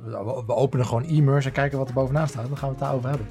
we openen gewoon e-merse en kijken wat er bovenaan staat. Dan gaan we het daarover hebben.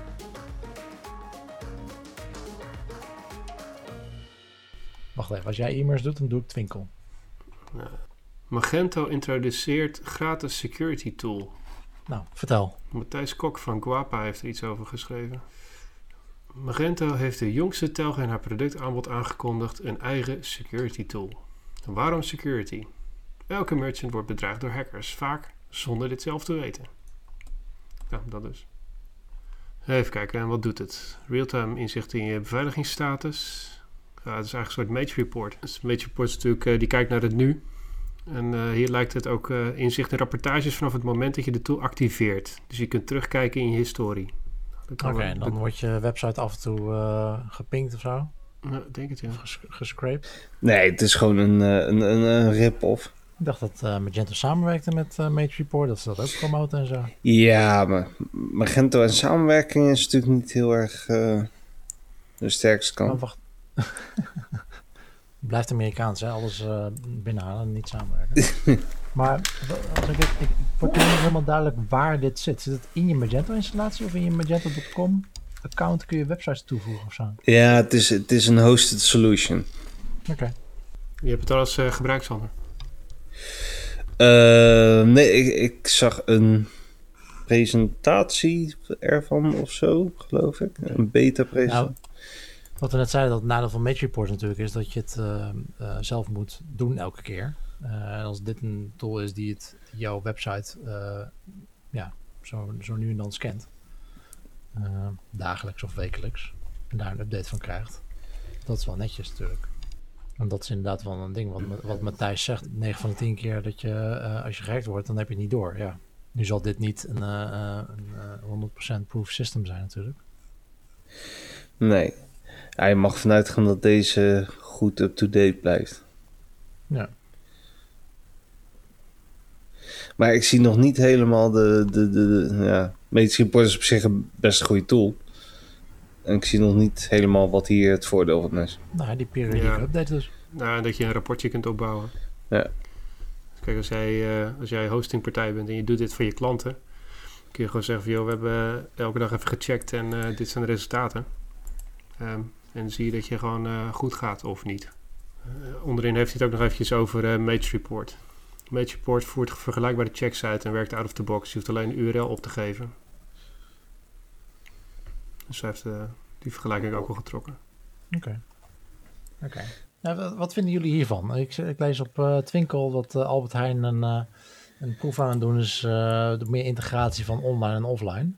Wacht even, als jij e-merse doet, dan doe ik Twinkel. Magento introduceert gratis security tool. Nou, vertel. Matthijs Kok van Guapa heeft er iets over geschreven. Magento heeft de jongste telg in haar productaanbod aangekondigd een eigen security tool. Waarom security? Elke merchant wordt bedreigd door hackers, vaak zonder dit zelf te weten. Nou, dat dus. Even kijken, en wat doet het? Real-time inzicht in je beveiligingsstatus. Ja, het is eigenlijk een soort Mage Report. Dus Mage Report is natuurlijk, die kijkt naar het nu. En hier lijkt het ook inzicht in rapportages vanaf het moment dat je de tool activeert. Dus je kunt terugkijken in je historie. Oké, en dan wordt je website af en toe gepinkt of zo? Ja, denk het, ja. Of gescraped? Nee, het is gewoon een rip-off. Ik dacht dat Magento samenwerkte met Mage Report, dat ze dat ook promoten en zo. Ja, maar Magento en samenwerking is natuurlijk niet heel erg de sterkste kant. Maar wacht. Blijft Amerikaans, hè? Alles binnenhalen en niet samenwerken. Maar als ik wordt niet helemaal duidelijk waar dit zit. Zit het in je Magento-installatie of in je Magento.com account kun je websites toevoegen of zo? Ja, het is een hosted solution. Oké. Je hebt het al eens gebruikt, Sander? Nee, ik zag een presentatie ervan of zo, geloof ik. Een beta-presentatie. Nou, wat we net zeiden, dat het nadeel van Mage Report natuurlijk is dat je het zelf moet doen elke keer. En als dit een tool is die jouw website zo nu en dan scant, dagelijks of wekelijks, en daar een update van krijgt, dat is wel netjes natuurlijk. En dat is inderdaad wel een ding wat Matthijs zegt. 9 van de 10 keer dat je, als je gehackt wordt, dan heb je het niet door. Ja. Nu zal dit niet een 100% proof system zijn natuurlijk. Nee. Ja, je mag vanuit gaan dat deze goed up-to-date blijft. Ja. Maar ik zie nog niet helemaal de Mage Report is op zich een best goede tool. En ik zie nog niet helemaal wat hier het voordeel van is. Nou, die periodieke update dus. Nou, dat je een rapportje kunt opbouwen. Ja. Kijk, als jij hostingpartij bent en je doet dit voor je klanten, kun je gewoon zeggen van, joh, we hebben elke dag even gecheckt en dit zijn de resultaten. En dan zie je dat je gewoon goed gaat of niet. Onderin heeft hij het ook nog eventjes over Mage Report. Mage Report voert vergelijkbare checks uit en werkt out of the box. Je hoeft alleen een URL op te geven. Dus hij heeft die vergelijking ook al getrokken. Oké. Nou, wat vinden jullie hiervan? Ik lees op Twinkel dat Albert Heijn een proef aan het doen is de meer integratie van online en offline.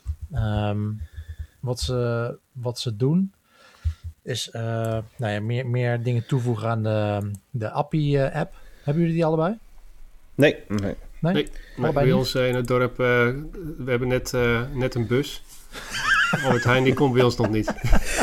Wat ze doen is meer dingen toevoegen aan de Appie-app. Hebben jullie die allebei? Nee. Bij ons in het dorp, we hebben net een bus. Albert Heijn, die komt bij ons nog niet.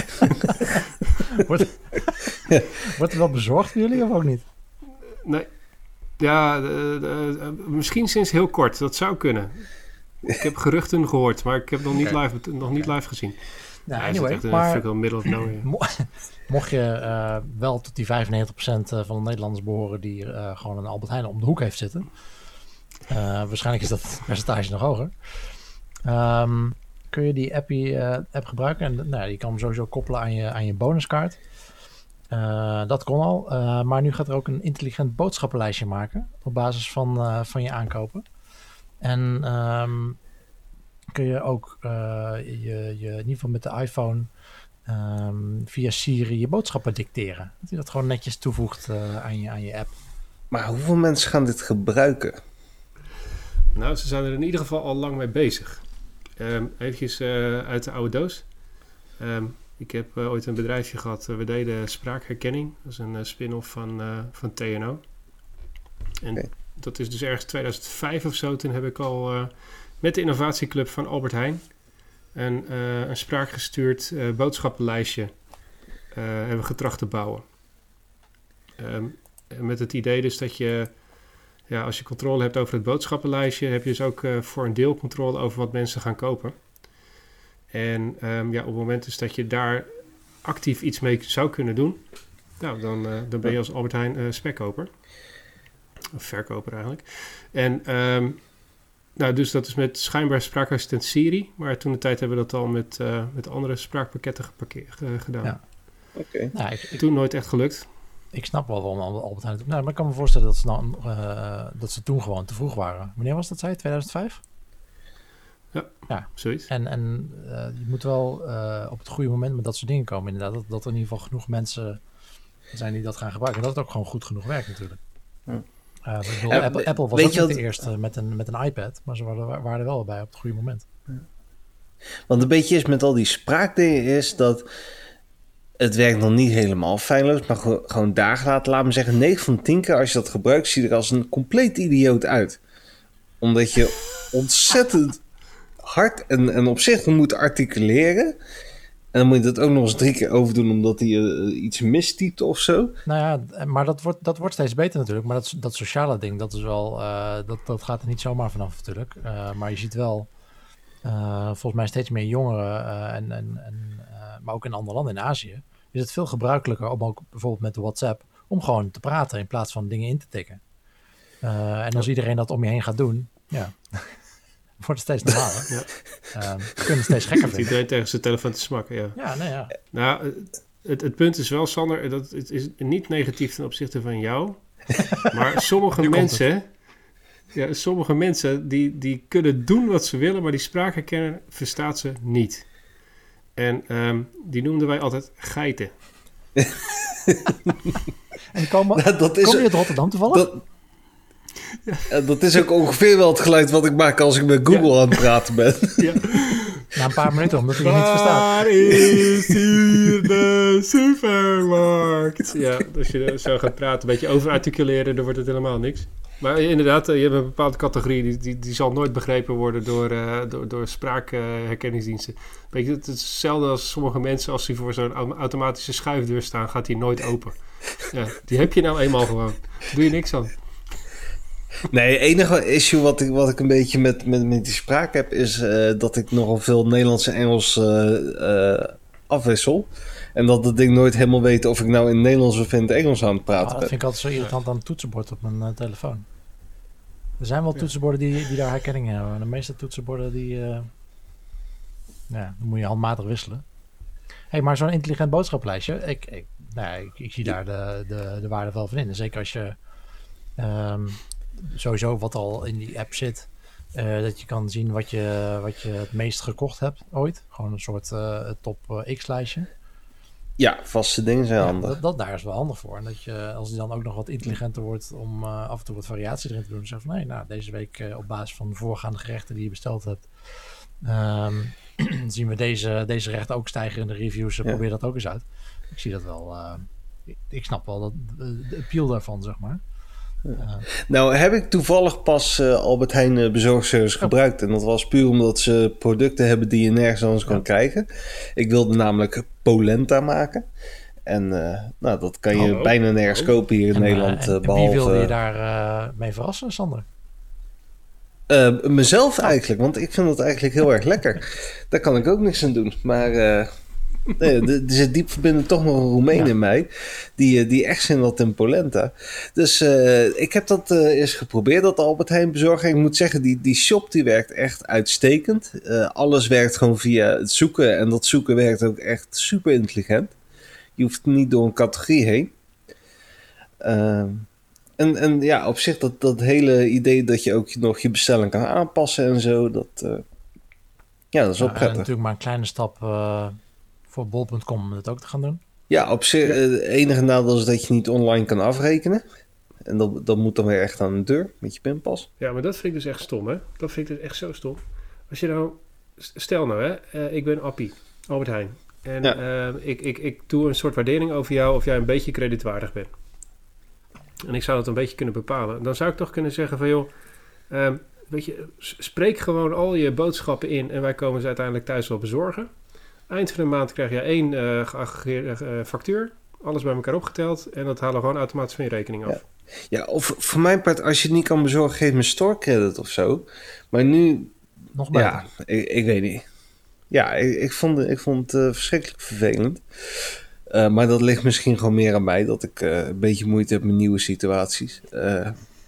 Wordt het wel bezorgd voor jullie of ook niet? Nee. Ja, misschien sinds heel kort. Dat zou kunnen. Ik heb geruchten gehoord, maar ik heb nog niet live gezien. Nou, Hij is echt een middle of nowhere. Mocht je wel tot die 95% van de Nederlanders behoren die gewoon een Albert Heijn om de hoek heeft zitten. Waarschijnlijk is dat percentage nog hoger. Kun je die app gebruiken. En je kan hem sowieso koppelen aan je bonuskaart. Dat kon al. Maar nu gaat er ook een intelligent boodschappenlijstje maken. Op basis van je aankopen. En kun je ook in ieder geval met de iPhone via Siri je boodschappen dicteren. Dat je dat gewoon netjes toevoegt aan je app. Maar hoeveel mensen gaan dit gebruiken? Nou, ze zijn er in ieder geval al lang mee bezig. Eventjes uit de oude doos. Ik heb ooit een bedrijfje gehad. We deden spraakherkenning. Dat is een spin-off van TNO. En dat is dus ergens 2005 of zo. Toen heb ik al met de innovatieclub van Albert Heijn een spraakgestuurd boodschappenlijstje hebben getracht te bouwen. Met het idee dus dat je, als je controle hebt over het boodschappenlijstje, heb je dus ook voor een deel controle over wat mensen gaan kopen. En op het moment dus dat je daar actief iets mee zou kunnen doen, nou, dan ben je als Albert Heijn spekkoper. Of verkoper eigenlijk. En Nou, dus dat is met schijnbaar spraakassistent Siri. Maar toen de tijd hebben we dat al met andere spraakpakketten gedaan. Ja. Oké. Nou, Toen nooit echt gelukt. Ik snap wel waarom Albert Heijn het doet. Nou, maar ik kan me voorstellen dat dat ze toen gewoon te vroeg waren. Wanneer was dat, zei je? 2005? Ja. Zoiets. En je moet wel op het goede moment met dat soort dingen komen. Inderdaad, dat er in ieder geval genoeg mensen zijn die dat gaan gebruiken. En dat het ook gewoon goed genoeg werkt natuurlijk. Apple was ook niet de eerste met een iPad. Maar ze waren er wel bij op het goede moment. Want een beetje is met al die spraakdingen is dat het werkt nog niet helemaal feilloos, maar gewoon dagen later, laat me zeggen, 9 van 10 keer als je dat gebruikt, zie je er als een compleet idioot uit. Omdat je ontzettend hard en opzichtig moet articuleren. En dan moet je dat ook nog eens 3 keer overdoen omdat hij iets mistypt of zo. Nou ja, maar dat wordt steeds beter natuurlijk. Maar dat sociale ding, dat is wel, dat gaat er niet zomaar vanaf natuurlijk. Maar je ziet wel, volgens mij steeds meer jongeren, maar ook in andere landen in Azië, is het veel gebruikelijker om ook bijvoorbeeld met de WhatsApp, om gewoon te praten in plaats van dingen in te tikken. En als iedereen dat om je heen gaat doen, ja, wordt het steeds normaler. Ja. Kunnen het steeds gekker vinden. Iedereen tegen zijn telefoon te smakken, ja. Ja, nee, ja. Nou, het punt is wel, Sander, dat het is niet negatief ten opzichte van jou. Maar sommige mensen die kunnen doen wat ze willen, maar die spraakherkenner verstaat ze niet. En die noemden wij altijd geiten. En kom je uit Rotterdam toevallig? Dat is ook ongeveer wel het geluid wat ik maak als ik met Google aan het praten ben. Ja. Na een paar minuten, omdat hij je niet verstaat. Waar is hier de supermarkt? Ja, als je zo gaat praten, een beetje overarticuleren, dan wordt het helemaal niks. Maar inderdaad, je hebt een bepaalde categorie, die zal nooit begrepen worden door spraakherkenningsdiensten. Weet je, het is hetzelfde als sommige mensen, als die voor zo'n automatische schuifdeur staan, gaat die nooit open. Ja, die heb je nou eenmaal gewoon. Daar doe je niks aan. Nee, het enige issue wat ik een beetje met die spraak heb, is dat ik nogal veel Nederlands en Engels afwissel. En dat het ding nooit helemaal weet of ik nou in het Nederlands of in het Engels aan het praten ben. Dat vind ik altijd zo irritant aan het toetsenbord op mijn telefoon. Er zijn wel toetsenborden die daar herkenning in hebben. De meeste toetsenborden dan moet je handmatig wisselen. Hey, maar zo'n intelligent boodschappenlijstje, ik zie daar de waarde wel van in. En zeker als je sowieso wat al in die app zit, dat je kan zien wat je het meest gekocht hebt ooit. Gewoon een soort top X-lijstje. Ja, vaste dingen zijn handig. Daar is wel handig voor. En dat je, als die dan ook nog wat intelligenter wordt om af en toe wat variatie erin te doen. Dan zeg van, nou, deze week op basis van de voorgaande gerechten die je besteld hebt, zien we deze rechten ook stijgen in de reviews. Probeer dat ook eens uit. Ik zie dat wel. Ik snap wel de appeal daarvan, zeg maar. Nou heb ik toevallig pas Albert Heijn bezorgservice gebruikt. En dat was puur omdat ze producten hebben die je nergens anders kan krijgen. Ik wilde namelijk polenta maken. En dat kan je bijna nergens kopen hier in Nederland. Wie wilde je daar mee verrassen, Sander? Mezelf eigenlijk, want ik vind dat eigenlijk heel erg lekker. Daar kan ik ook niks aan doen. Maar er zit diep verbindend toch nog een Roemeen in mij, die echt zin had in polenta. Dus ik heb dat eens geprobeerd, dat Albert Heijn bezorgen. Ik moet zeggen, die shop die werkt echt uitstekend. Alles werkt gewoon via het zoeken en dat zoeken werkt ook echt super intelligent. Je hoeft niet door een categorie heen. En ja, op zich dat hele idee dat je ook nog je bestelling kan aanpassen en zo, dat is wel prettig. Natuurlijk maar een kleine stap voor bol.com om het ook te gaan doen. Ja, op zich het enige nadeel is dat je niet online kan afrekenen. En dat moet dan weer echt aan de deur met je pinpas. Ja, maar dat vind ik dus echt stom, hè? Dat vind ik dus echt zo stom. Als je nou, stel nou, hè, ik ben Appie, Albert Heijn. En ik doe een soort waardering over jou of jij een beetje kredietwaardig bent. En ik zou dat een beetje kunnen bepalen. Dan zou ik toch kunnen zeggen van, joh, weet je, spreek gewoon al je boodschappen in en wij komen ze uiteindelijk thuis wel bezorgen. Eind van de maand krijg je 1 geaggregeerde factuur, alles bij elkaar opgeteld en dat halen we gewoon automatisch van je rekening af. Ja, of voor mijn part, als je het niet kan bezorgen, geef me store credit of zo. Maar nu, nog beter. Ja, ik weet niet. Ja, ik vond het verschrikkelijk vervelend. Maar dat ligt misschien gewoon meer aan mij, dat ik een beetje moeite heb met nieuwe situaties.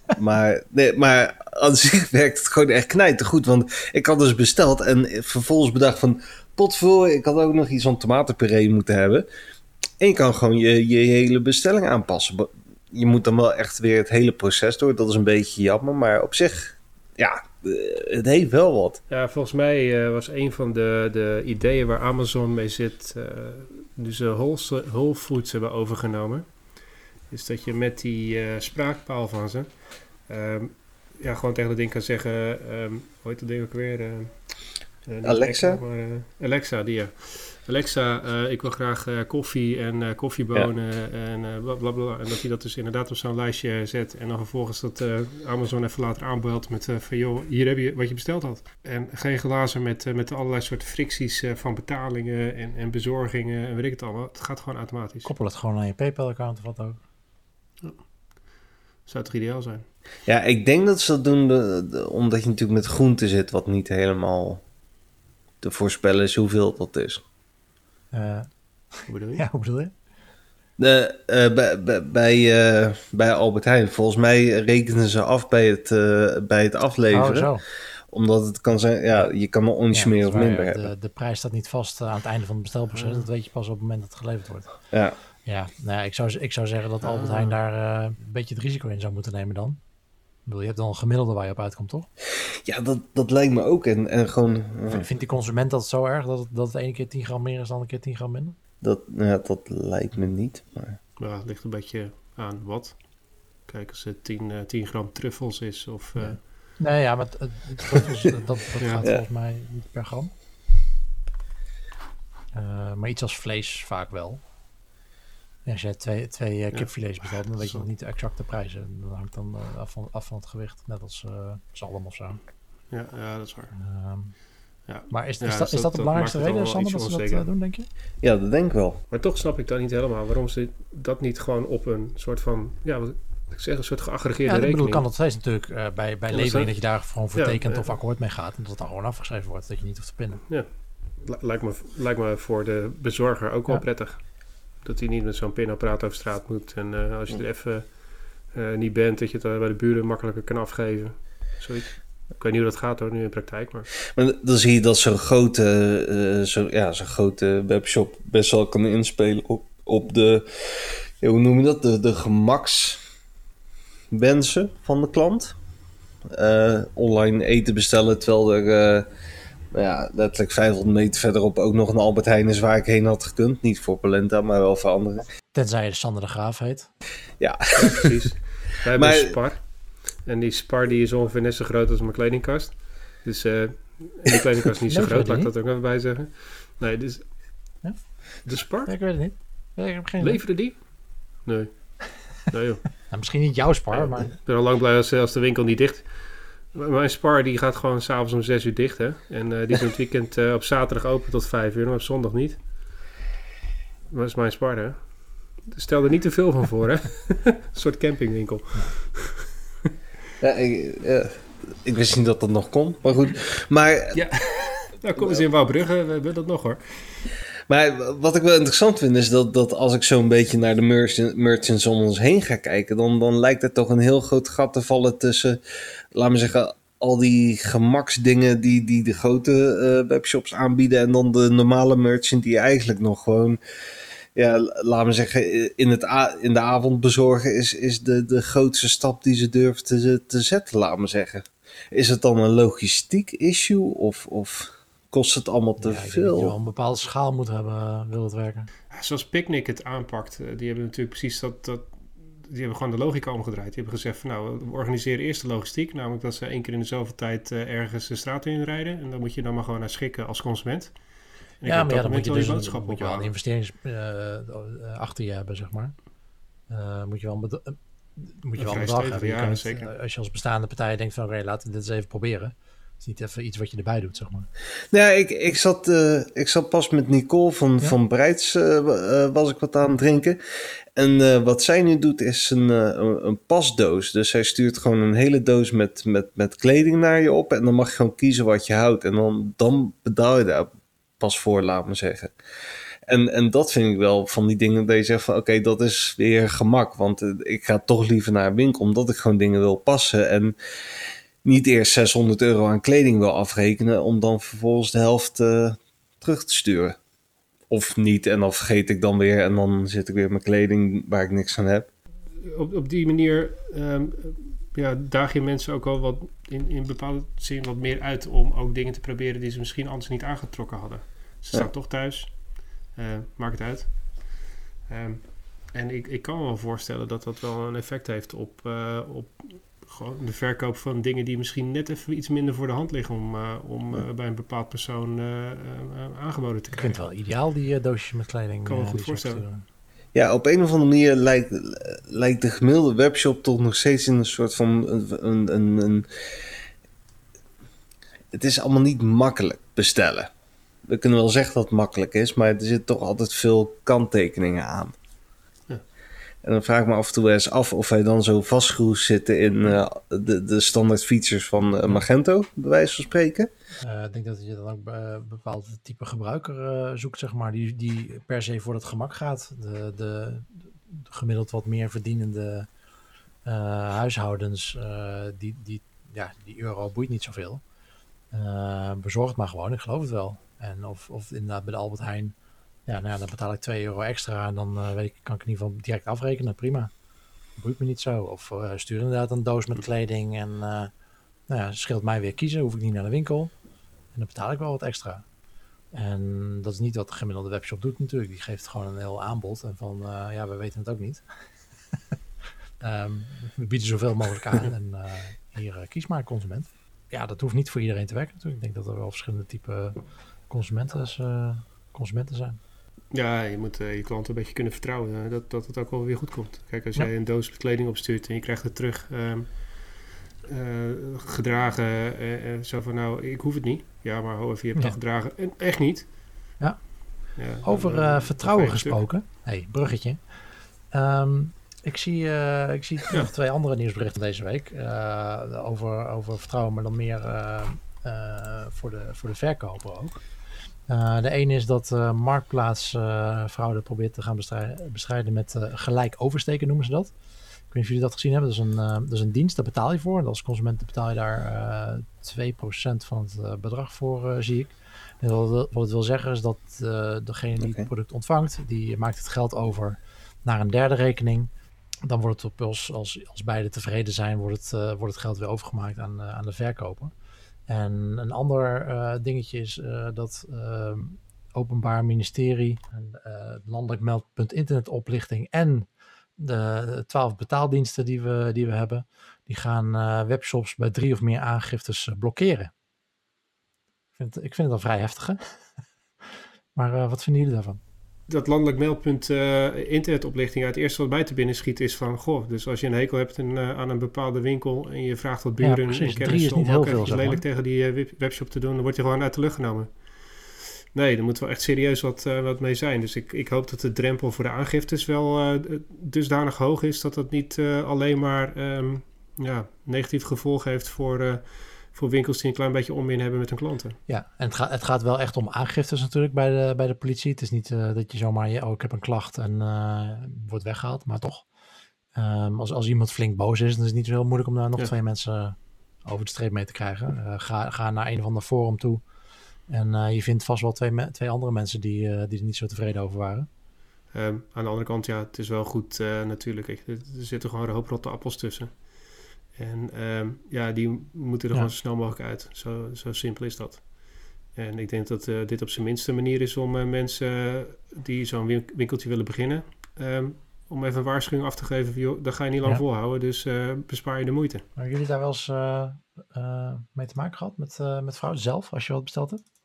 maar aan zich werkt het gewoon echt knijtergoed. Want ik had dus besteld en vervolgens bedacht van... Potvol, ik had ook nog iets van tomatenpuree moeten hebben. En je kan gewoon je hele bestelling aanpassen. Je moet dan wel echt weer het hele proces door. Dat is een beetje jammer, maar op zich... Ja, het heeft wel wat. Ja, volgens mij was een van de ideeën waar Amazon mee zit... nu ze Whole Foods hebben overgenomen... is dat je met die spraakpaal van ze... gewoon tegen dat ding kan zeggen... hoe heet dat ding ook weer? Alexa? Alexa, die ja. Alexa, ik wil graag koffie en koffiebonen en blablabla. En dat hij dat dus inderdaad op zo'n lijstje zet. En dan vervolgens dat Amazon even later aanbelt met... van joh, hier heb je wat je besteld had. En geen glazen met allerlei soorten fricties van betalingen en bezorgingen en weet ik het allemaal. Het gaat gewoon automatisch. Koppel het gewoon aan je PayPal-account of wat ook. Ja. Zou toch ideaal zijn? Ja, ik denk dat ze dat doen omdat je natuurlijk met groenten zit... wat niet helemaal te voorspellen is hoeveel dat is. Hoe bedoel je? Ja, hoe bedoel je? Bij Albert Heijn. Volgens mij rekenen ze af bij het afleveren. Oh, zo. Omdat het kan zijn... Ja, je kan er ons meer of minder hebben. De prijs staat niet vast aan het einde van het bestelproces. Dat weet je pas op het moment dat het geleverd wordt. Ja. Ja, nou ja, ik zou zeggen dat Albert Heijn daar een beetje het risico in zou moeten nemen dan. Ik bedoel, je hebt dan een gemiddelde waar je op uitkomt, toch? Ja, dat lijkt me ook. En gewoon... Vindt die consument dat zo erg dat het de ene keer 10 gram meer is dan een keer 10 gram minder? Dat lijkt me niet, maar... Ja, het ligt een beetje aan wat. Kijk, als het 10 gram truffels is of... Ja. Nee, ja, maar truffels, dat gaat volgens mij niet per gram. Maar iets als vlees vaak wel. Ja, als jij twee kipfilets bestelt, dan weet je nog niet de exacte prijzen. Dat hangt dan af van het gewicht, net als zalm of zo. Ja, dat is waar. Maar is dat de belangrijkste reden, Sander, dat ze dat doen, denk je? Ja, dat denk ik wel. Maar toch snap ik dan niet helemaal waarom ze dat niet gewoon op een soort van... Ja, wat ik zeg, een soort geaggregeerde rekening. Ik bedoel, kan dat steeds natuurlijk bij levering dat je daar gewoon voor tekent of akkoord mee gaat. En dat het dan gewoon afgeschreven wordt, dat je niet hoeft te pinnen. Ja, lijkt me voor de bezorger ook wel prettig. Dat hij niet met zo'n pinapparaat over straat moet. En als je er even niet bent, dat je het bij de buren makkelijker kan afgeven. Zoiets. Ik weet niet hoe dat gaat hoor, nu in praktijk. Maar dan zie je dat zo'n grote webshop best wel kan inspelen op de... Ja, hoe noem je dat? De gemakswensen van de klant. Online eten bestellen, terwijl er... letterlijk 500 meter verderop ook nog een Albert Heijn is waar ik heen had gekund. Niet voor Polenta, maar wel voor anderen. Tenzij je Sander de Graaf heet. Ja, precies. Wij hebben een Spar. En die Spar die is ongeveer net zo groot als mijn kledingkast. Dus die kledingkast is niet zo groot, laat ik dat ook even bij zeggen. Nee, dus... Ja? De Spar? Ja, ik weet het niet. Ja, ik heb geen Leveren die? Nee. Nee joh. Nou, misschien niet jouw Spar, maar... Ik ben al lang blij als de winkel niet dicht... Mijn Spar die gaat gewoon s'avonds om 6 uur dicht, hè. En die is in het weekend op zaterdag open tot 5 uur, maar op zondag niet. Dat is mijn Spar, hè. Stel er niet te veel van voor, hè. Een soort campingwinkel. Ja, ik wist niet dat dat nog kon, maar goed. Maar... Ja, nou kom eens in Wouwbrugge, we hebben dat nog, hoor. Maar wat ik wel interessant vind is dat als ik zo'n beetje naar de merchants om ons heen ga kijken, dan lijkt er toch een heel groot gat te vallen tussen, laten we zeggen, al die gemaksdingen die de grote webshops aanbieden en dan de normale merchant die eigenlijk nog gewoon, ja, laten we zeggen, in de avond bezorgen is de grootste stap die ze durven te zetten, laten we zeggen. Is het dan een logistiek issue of kost het allemaal te veel? Ik denk dat je wel een bepaalde schaal moet hebben, wil het werken. Ja, zoals Picnic het aanpakt, die hebben natuurlijk precies die hebben gewoon de logica omgedraaid. Die hebben gezegd van nou, we organiseren eerst de logistiek. Namelijk dat ze 1 keer in de zoveel tijd ergens de straat in rijden. En dan moet je dan maar gewoon naar schikken als consument. En ja, maar dan moet je dus moet je wel een investering achter je hebben, zeg maar. Moet je wel een bedrag hebben. Ja, zeker. Als je als bestaande partij denkt van oké, laten we dit eens even proberen. Het is niet even iets wat je erbij doet, zeg maar. Nou, ik zat pas met Nicole van Breits, was ik wat aan het drinken. En wat zij nu doet is een pasdoos. Dus zij stuurt gewoon een hele doos met kleding naar je op. En dan mag je gewoon kiezen wat je houdt. En dan betaal je daar pas voor, laat me zeggen. En dat vind ik wel van die dingen dat je zegt van oké, dat is weer gemak. Want ik ga toch liever naar een winkel omdat ik gewoon dingen wil passen. En niet eerst €600 aan kleding wil afrekenen om dan vervolgens de helft terug te sturen. Of niet, en dan vergeet ik dan weer en dan zit ik weer met kleding waar ik niks aan heb. Op die manier daag je mensen ook al wat in bepaalde zin wat meer uit om ook dingen te proberen die ze misschien anders niet aangetrokken hadden. Ze staan toch thuis. Maakt het uit. En ik kan me wel voorstellen dat dat wel een effect heeft op gewoon de verkoop van dingen die misschien net even iets minder voor de hand liggen om bij een bepaald persoon aangeboden te krijgen. Ik vind het wel ideaal, die doosjes met kleding. Kan me goed voorstellen. Ja, op een of andere manier lijkt de gemiddelde webshop toch nog steeds in een soort van een het is allemaal niet makkelijk bestellen. We kunnen wel zeggen dat het makkelijk is, maar er zitten toch altijd veel kanttekeningen aan. Ja. En dan vraag ik me af en toe eens af of wij dan zo vastgeroest zitten in de standaard features van Magento, bij wijze van spreken. Ik denk dat je dan ook bepaald type gebruiker zoekt, zeg maar, die per se voor het gemak gaat. De gemiddeld wat meer verdienende huishoudens, die euro boeit niet zoveel. Bezorg het maar gewoon, ik geloof het wel. En of inderdaad bij de Albert Heijn, dan betaal ik €2 extra en dan kan ik in ieder geval direct afrekenen, prima. Boeit me niet zo. Of stuur inderdaad een doos met kleding en scheelt mij weer kiezen, hoef ik niet naar de winkel. En dan betaal ik wel wat extra. En dat is niet wat de gemiddelde webshop doet natuurlijk. Die geeft gewoon een heel aanbod. En van, we weten het ook niet. We bieden zoveel mogelijk aan. En hier, kies maar consument. Ja, dat hoeft niet voor iedereen te werken natuurlijk. Ik denk dat er wel verschillende type consumenten zijn. Ja, je moet je klant een beetje kunnen vertrouwen dat het ook wel weer goed komt. Kijk, als jij een doos met kleding opstuurt en je krijgt het terug gedragen, zo van nou, ik hoef het niet. Ja, maar ho even, je hebt het gedragen. En echt niet. Ja. Over vertrouwen gesproken. Bruggetje. Ik zie nog 2 andere nieuwsberichten deze week over vertrouwen, maar dan meer voor de verkoper ook. De ene is dat marktplaatsfraude probeert te gaan bestrijden met gelijk oversteken, noemen ze dat. Ik weet niet of jullie dat gezien hebben. Dat is een dienst, daar betaal je voor. En als consument betaal je daar 2% van het bedrag voor, zie ik. En wat het wil zeggen is dat degene die het product ontvangt, die maakt het geld over naar een derde rekening. Dan wordt het op als beide tevreden zijn, wordt het geld weer overgemaakt aan de verkoper. En een ander dingetje is dat Openbaar Ministerie, Landelijk Meldpunt Internetoplichting en de 12 betaaldiensten die we hebben, die gaan webshops bij 3 of meer aangiftes blokkeren. Ik vind het al vrij heftig, hè? Maar wat vinden jullie daarvan? Dat landelijk meldpunt internetoplichting, het eerste wat mij te binnen schiet is van, goh, dus als je een hekel hebt aan een bepaalde winkel en je vraagt wat buren en kennissen om ook even lelijk tegen die webshop te doen, dan word je gewoon uit de lucht genomen. Nee, daar moet wel echt serieus wat mee zijn. Dus ik hoop dat de drempel voor de aangiftes wel dusdanig hoog is dat dat niet alleen maar negatief gevolg heeft voor winkels die een klein beetje onmin hebben met hun klanten. Ja, en het gaat wel echt om aangiftes natuurlijk bij de politie. Het is niet dat je zomaar, ik heb een klacht en wordt weggehaald, maar toch. Als iemand flink boos is, dan is het niet zo heel moeilijk om daar nog 2 mensen over de streep mee te krijgen. Ga naar een of ander forum toe en je vindt vast wel 2 andere mensen die er niet zo tevreden over waren. Aan de andere kant, het is wel goed natuurlijk. Er zitten gewoon een hoop rotte appels tussen. En die moeten er gewoon zo snel mogelijk uit. Zo simpel is dat. En ik denk dat dit op zijn minste manier is om mensen die zo'n winkeltje willen beginnen, om even een waarschuwing af te geven. Joh, dat ga je niet lang volhouden, dus bespaar je de moeite. Hebben jullie daar wel eens mee te maken gehad met fraude zelf, als je wat besteld hebt?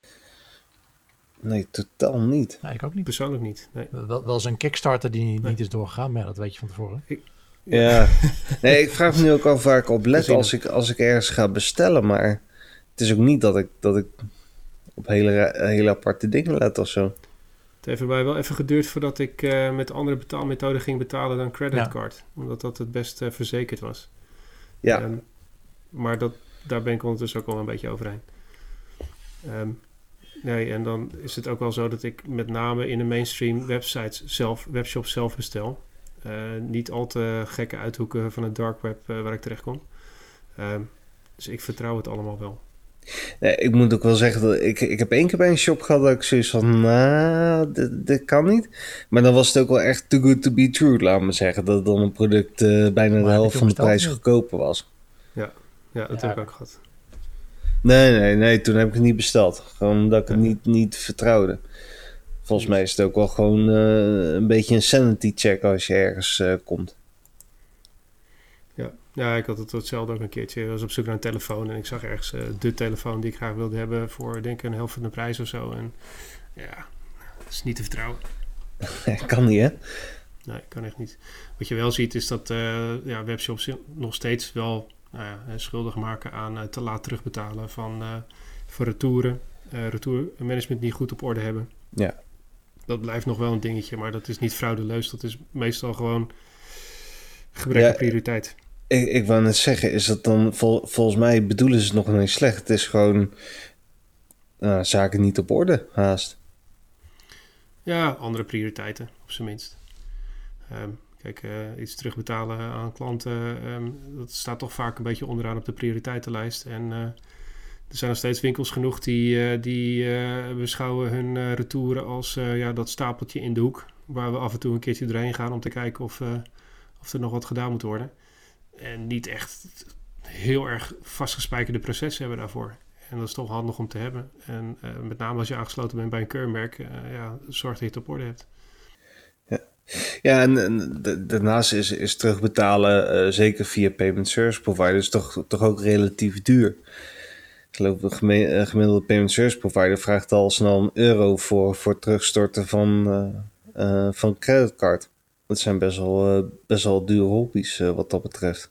Nee, totaal niet. Nee, ik ook niet. Persoonlijk niet. Nee. Wel eens een Kickstarter die niet is doorgegaan, maar dat weet je van tevoren. Ja, nee, ik vraag me nu ook af waar ik op let als ik ergens ga bestellen, maar het is ook niet dat ik op hele aparte dingen let of zo. Het heeft bij mij wel even geduurd voordat ik met andere betaalmethoden ging betalen dan creditcard, omdat dat het best verzekerd was. Maar daar ben ik ondertussen ook al een beetje overheen. Nee, en dan is het ook wel zo dat ik met name in de mainstream webshops zelf bestel. Niet al te gekke uithoeken van het dark web waar ik terecht kom. Dus ik vertrouw het allemaal wel. Nee, ik moet ook wel zeggen dat ik heb 1 keer bij een shop gehad dat ik zoiets van, nou, dit kan niet. Maar dan was het ook wel echt too good to be true, laat me zeggen. Dat dan een product bijna de helft van de prijs goedkoper was. Ja, dat heb ik ook gehad. Nee, toen heb ik het niet besteld. Gewoon omdat ik het niet vertrouwde. Volgens mij is het ook wel gewoon een beetje een sanity check als je ergens komt. Ja, ik had het hetzelfde ook een keertje. Ik was op zoek naar een telefoon en ik zag ergens de telefoon die ik graag wilde hebben voor, denk ik, een helft van de prijs of zo. En ja, dat is niet te vertrouwen. Kan niet, hè? Nee, kan echt niet. Wat je wel ziet is dat webshops nog steeds wel schuldig maken aan te laat terugbetalen voor retouren. Retourmanagement niet goed op orde hebben. Ja. Dat blijft nog wel een dingetje, maar dat is niet frauduleus. Dat is meestal gewoon gebrek aan prioriteit. Ik wou net zeggen, is dat dan volgens mij bedoelen ze het nog niet slecht. Het is gewoon zaken niet op orde, haast. Ja, andere prioriteiten, op zijn minst. Kijk, iets terugbetalen aan klanten, dat staat toch vaak een beetje onderaan op de prioriteitenlijst. En er zijn nog steeds winkels genoeg die beschouwen hun retouren als dat stapeltje in de hoek, waar we af en toe een keertje doorheen gaan om te kijken of er nog wat gedaan moet worden. En niet echt heel erg vastgespijkerde processen hebben daarvoor. En dat is toch handig om te hebben. En met name als je aangesloten bent bij een keurmerk, zorg dat je het op orde hebt. Ja, en daarnaast is terugbetalen, zeker via payment service providers, toch ook relatief duur. Ik geloof een gemiddelde payment service provider vraagt al snel €1 voor terugstorten van creditcard. Dat zijn best wel dure hobby's wat dat betreft.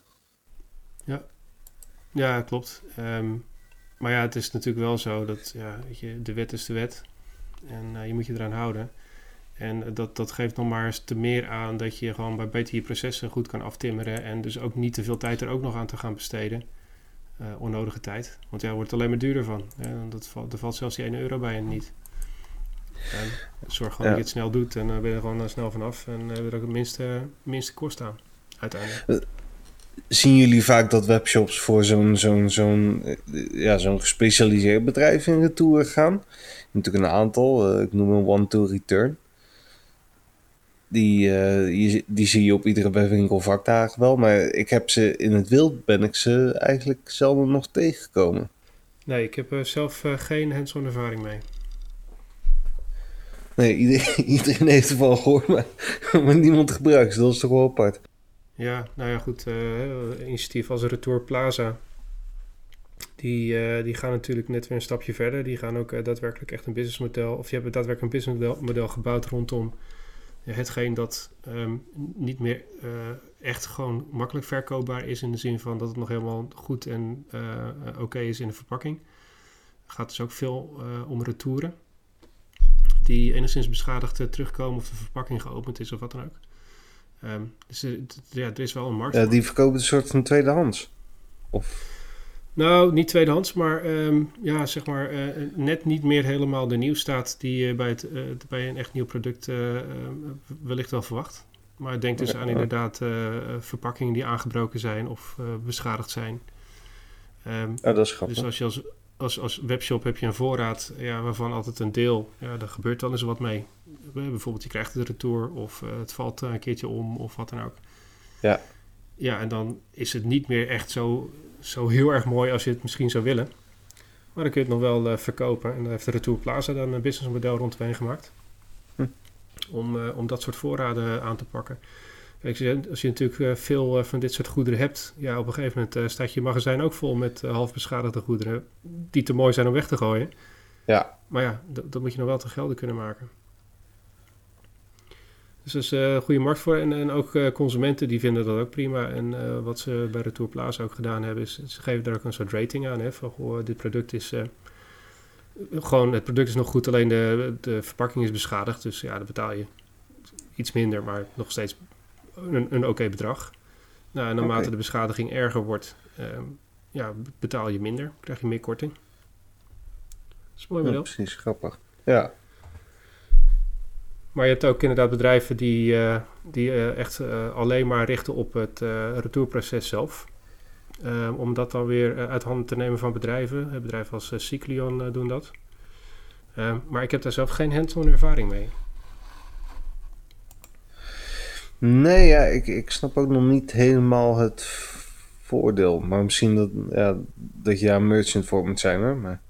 Ja, klopt. Maar ja, het is natuurlijk wel zo dat de wet is de wet. En je moet je eraan houden. En dat geeft nog maar eens te meer aan dat je gewoon bij beter je processen goed kan aftimmeren. En dus ook niet te veel tijd er ook nog aan te gaan besteden. Onnodige tijd. Want er wordt alleen maar duurder van. Er valt zelfs die €1 bij en niet. Zorg gewoon dat je het snel doet en dan ben je er gewoon snel vanaf. En hebben we er ook het minste kosten aan, uiteindelijk. Zien jullie vaak dat webshops voor zo'n gespecialiseerd bedrijf in retour gaan? Natuurlijk een aantal. Ik noem een one-to-return. Die zie je op iedere winkelvakdagen wel. Maar ik heb ze in het wild, ben ik ze eigenlijk zelden nog tegengekomen. Nee, ik heb zelf geen hands-on ervaring mee. Nee, iedereen heeft ervan gehoord, maar niemand gebruikt ze. Dat is toch wel apart. Ja, nou ja, goed. Initiatief als Retour Plaza. Die gaan natuurlijk net weer een stapje verder. Die gaan ook daadwerkelijk echt een businessmodel, of die hebben daadwerkelijk een businessmodel gebouwd rondom hetgeen dat niet meer echt gewoon makkelijk verkoopbaar is, in de zin van dat het nog helemaal goed en oké is in de verpakking. Het gaat dus ook veel om retouren die enigszins beschadigd terugkomen, of de verpakking geopend is of wat dan ook. Dus er is wel een markt. Ja, die verkopen een soort van tweedehands. Of... Nou, niet tweedehands, maar net niet meer helemaal de nieuwstaat die je bij een echt nieuw product wellicht wel verwacht. Maar denk dus aan inderdaad verpakkingen die aangebroken zijn of beschadigd zijn. Dat is grappig. Dus als webshop heb je een voorraad waarvan altijd een deel, daar gebeurt wel eens wat mee. Bijvoorbeeld je krijgt het retour of het valt een keertje om of wat dan ook. Ja. Ja, en dan is het niet meer echt zo heel erg mooi als je het misschien zou willen. Maar dan kun je het nog wel verkopen. En dan heeft de Retour Plaza dan een businessmodel rondheen gemaakt. Om dat soort voorraden aan te pakken. Kijk, als je natuurlijk veel van dit soort goederen hebt, op een gegeven moment staat je magazijn ook vol met half beschadigde goederen die te mooi zijn om weg te gooien. Ja. Maar ja, dat moet je nog wel te gelden kunnen maken. Dus dat is een goede markt voor. En ook consumenten die vinden dat ook prima. En wat ze bij Retour Plaza ook gedaan hebben, is ze geven daar ook een soort rating aan. Hè, van dit product is het product is nog goed, alleen de verpakking is beschadigd. Dus dan betaal je iets minder, maar nog steeds een oké bedrag. Nou, en naarmate de beschadiging erger wordt, betaal je minder, krijg je meer korting. Dat is een mooi model. Ja, precies, grappig. Ja. Maar je hebt ook inderdaad bedrijven die echt alleen maar richten op het retourproces zelf. Om dat dan weer uit handen te nemen van bedrijven. Bedrijven als Cyclion doen dat. Maar ik heb daar zelf geen hands-on ervaring mee. Nee, ja, ik snap ook nog niet helemaal het voordeel. Maar misschien dat je daar merchant voor moet zijn, hoor. Maar...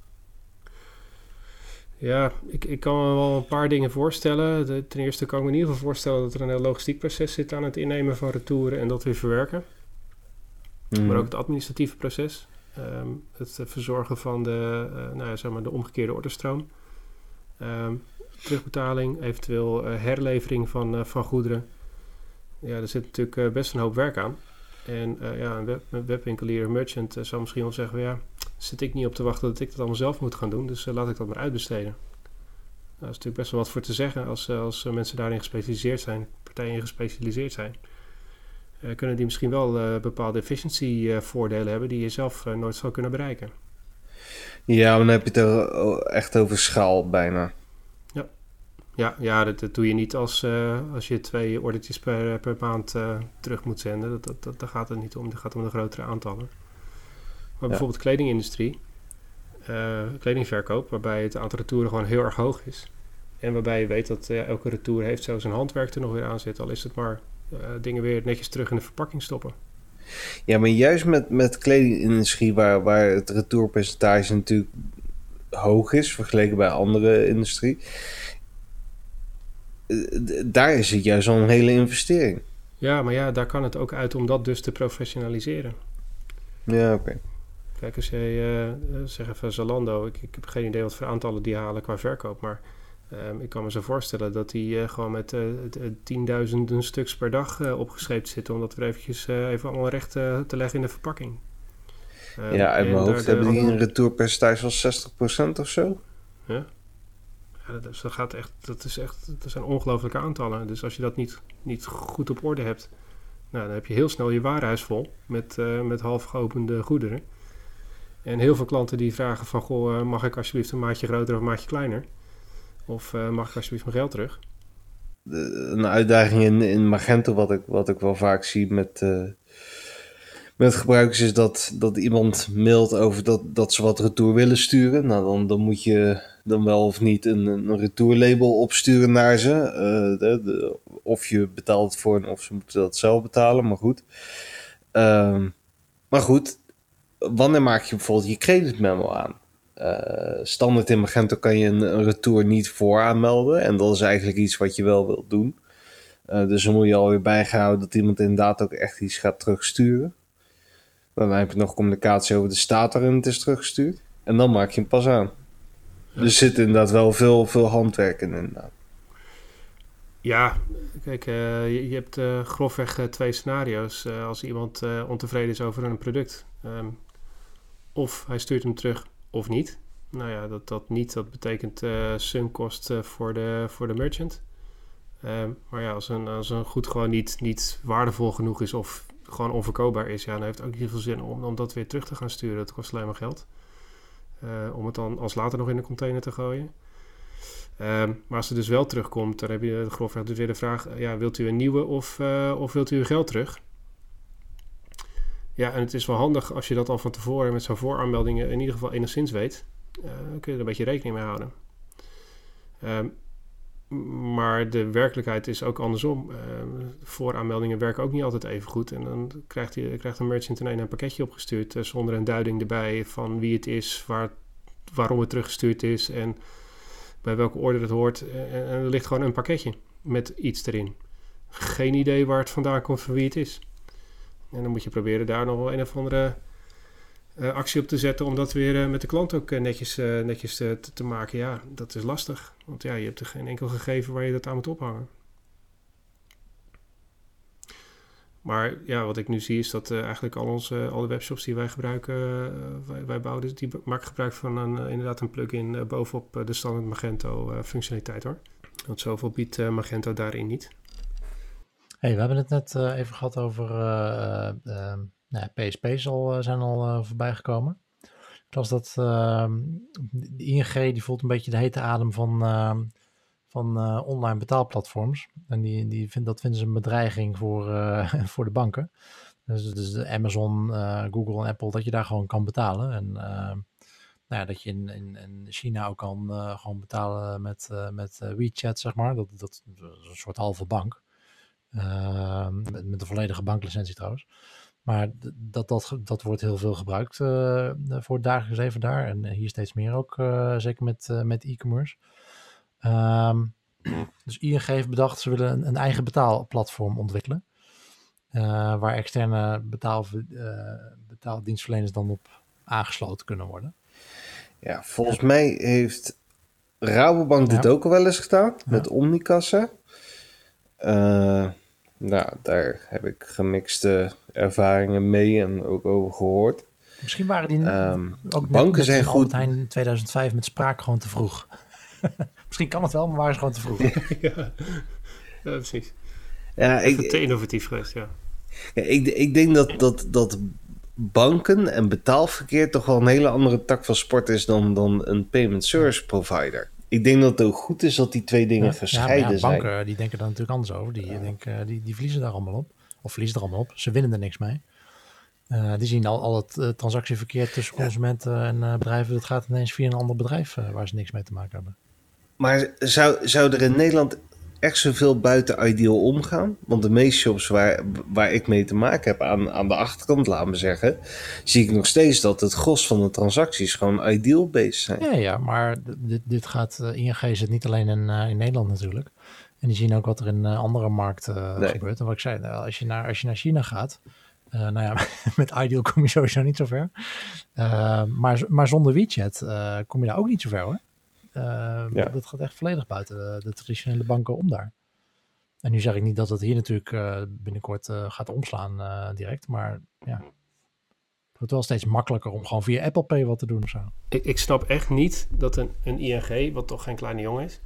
Ja, ik kan me wel een paar dingen voorstellen. Ten eerste kan ik me in ieder geval voorstellen dat er een heel logistiek proces zit aan het innemen van retouren en dat weer verwerken. Maar ook het administratieve proces. Het verzorgen van de omgekeerde orderstroom. Terugbetaling, eventueel herlevering van goederen. Ja, er zit natuurlijk best een hoop werk aan. En een webwinkelier, een merchant, zou misschien wel zeggen... ja, zit ik niet op te wachten dat ik dat allemaal zelf moet gaan doen... dus laat ik dat maar uitbesteden. Dat is natuurlijk best wel wat voor te zeggen... als mensen daarin gespecialiseerd zijn... partijen in gespecialiseerd zijn... kunnen die misschien wel bepaalde efficiency voordelen hebben... die je zelf nooit zal kunnen bereiken. Ja, maar dan heb je het er echt over schaal bijna. Ja, dat doe je niet als je 2 ordertjes per maand terug moet zenden. Daar gaat het niet om. Het gaat om de grotere aantallen. Maar bijvoorbeeld kledingindustrie, kledingverkoop, waarbij het aantal retouren gewoon heel erg hoog is. En waarbij je weet dat elke retour heeft zo zijn handwerk er nog weer aan zit. Al is het maar dingen weer netjes terug in de verpakking stoppen. Ja, maar juist met kledingindustrie, waar het retourpercentage natuurlijk hoog is, vergeleken bij andere industrie... daar is het juist al een hele investering. Ja, maar ja, daar kan het ook uit om dat dus te professionaliseren. Ja, oké. Kijk, als jij, zeg even Zalando, ik heb geen idee wat voor aantallen die halen qua verkoop, maar ik kan me zo voorstellen dat die gewoon met 10.000 stuks per dag opgescheept zitten, om dat weer eventjes even allemaal recht te leggen in de verpakking. Uit mijn hoofd hebben die een retourpercentage van 60% of zo. Ja. Ja, dat zijn ongelooflijke aantallen. Dus als je dat niet goed op orde hebt, dan heb je heel snel je warenhuis vol met half geopende goederen. En heel veel klanten die vragen van, goh, mag ik alsjeblieft een maatje groter of een maatje kleiner? Of mag ik alsjeblieft mijn geld terug? Een uitdaging in Magento, wat ik wel vaak zie met gebruikers, is dat iemand mailt over dat ze wat retour willen sturen. Nou, dan moet je dan wel of niet een retourlabel opsturen naar ze. Of je betaalt het voor hen, of ze moeten dat zelf betalen, maar goed. Maar goed, wanneer maak je bijvoorbeeld je creditmemo aan? Standaard in Magento kan je een retour niet vooraanmelden. En dat is eigenlijk iets wat je wel wilt doen. Dus dan moet je alweer bijgehouden dat iemand inderdaad ook echt iets gaat terugsturen. Dan heb je nog communicatie over de staat waarin het is teruggestuurd. En dan maak je hem pas aan. Ja. Dus er zit inderdaad wel veel handwerk in inderdaad. Ja, kijk, je hebt grofweg 2 scenario's. Als iemand ontevreden is over een product. Of hij stuurt hem terug of niet. Nou ja, dat betekent sunkost voor de merchant. Maar ja, als een goed gewoon niet waardevol genoeg is of gewoon onverkoopbaar is, ja, dan heeft het ook niet veel zin om dat weer terug te gaan sturen. Dat kost alleen maar geld. Om het dan als later nog in de container te gooien. Maar als het dus wel terugkomt, dan heb je grofweg dus weer de vraag, wilt u een nieuwe of wilt u uw geld terug? Ja, en het is wel handig als je dat al van tevoren met zo'n vooraanmeldingen in ieder geval enigszins weet. Dan kun je er een beetje rekening mee houden. Maar de werkelijkheid is ook andersom. Vooraanmeldingen werken ook niet altijd even goed. En dan krijgt een merchant ineens een pakketje opgestuurd zonder een duiding erbij van wie het is, waarom het teruggestuurd is en bij welke orde het hoort. En er ligt gewoon een pakketje met iets erin. Geen idee waar het vandaan komt van wie het is. En dan moet je proberen daar nog wel een of andere actie op te zetten om dat weer met de klant ook netjes te maken. Ja, dat is lastig. Want ja, je hebt er geen enkel gegeven waar je dat aan moet ophangen. Maar ja, wat ik nu zie is dat eigenlijk alle webshops die wij gebruiken, wij bouwen, die maken gebruik van inderdaad een plugin bovenop de standaard Magento functionaliteit hoor. Want zoveel biedt Magento daarin niet. Hey, we hebben het net even gehad over PSP's zijn al voorbij gekomen. Zoals dat de ING die voelt een beetje de hete adem van online betaalplatforms. En dat vinden ze een bedreiging voor de banken. Dus de Amazon, Google en Apple, dat je daar gewoon kan betalen. En dat je in China ook kan gewoon betalen met WeChat, zeg maar. Dat is een soort halve bank. Met een volledige banklicentie trouwens. Maar dat wordt heel veel gebruikt voor het dagelijks leven daar. En hier steeds meer ook, zeker met e-commerce. Dus ING heeft bedacht, ze willen een eigen betaalplatform ontwikkelen. Waar externe betaaldienstverleners dan op aangesloten kunnen worden. Ja, volgens mij heeft Rabobank dit ook al wel eens gedaan. Met Omnicassa. Daar heb ik gemixte ervaringen mee en ook over gehoord. Misschien waren die ook banken zijn goed. In 2005 met spraak gewoon te vroeg. Misschien kan het wel, maar waren ze gewoon te vroeg. Ja, precies. Ja, te innovatief geweest, ja. Ja, ik denk dat banken en betaalverkeer toch wel een hele andere tak van sport is dan een payment service provider. Ik denk dat het ook goed is dat die twee dingen gescheiden zijn. Banken die denken daar natuurlijk anders over. Die verliezen daar allemaal op. Of verliezen er allemaal op. Ze winnen er niks mee. Die zien al het transactieverkeer tussen consumenten en bedrijven. Dat gaat ineens via een ander bedrijf waar ze niks mee te maken hebben. Maar zou er in Nederland echt zoveel buiten Ideal omgaan? Want de meeste shops waar ik mee te maken heb aan de achterkant, laat me zeggen, zie ik nog steeds dat het gros van de transacties gewoon Ideal-based zijn. Ja, maar dit gaat, ING zit niet alleen in Nederland natuurlijk. En die zien ook wat er in andere markten gebeurt. En wat ik zei, als je naar China gaat, met Ideal kom je sowieso niet zo ver. Maar zonder WeChat kom je daar ook niet zo ver, hoor. Dat gaat echt volledig buiten de traditionele banken om daar. En nu zeg ik niet dat het hier natuurlijk binnenkort gaat omslaan direct, maar ja, het wordt wel steeds makkelijker om gewoon via Apple Pay wat te doen of zo. Ik snap echt niet dat een ING, wat toch geen kleine jongen is,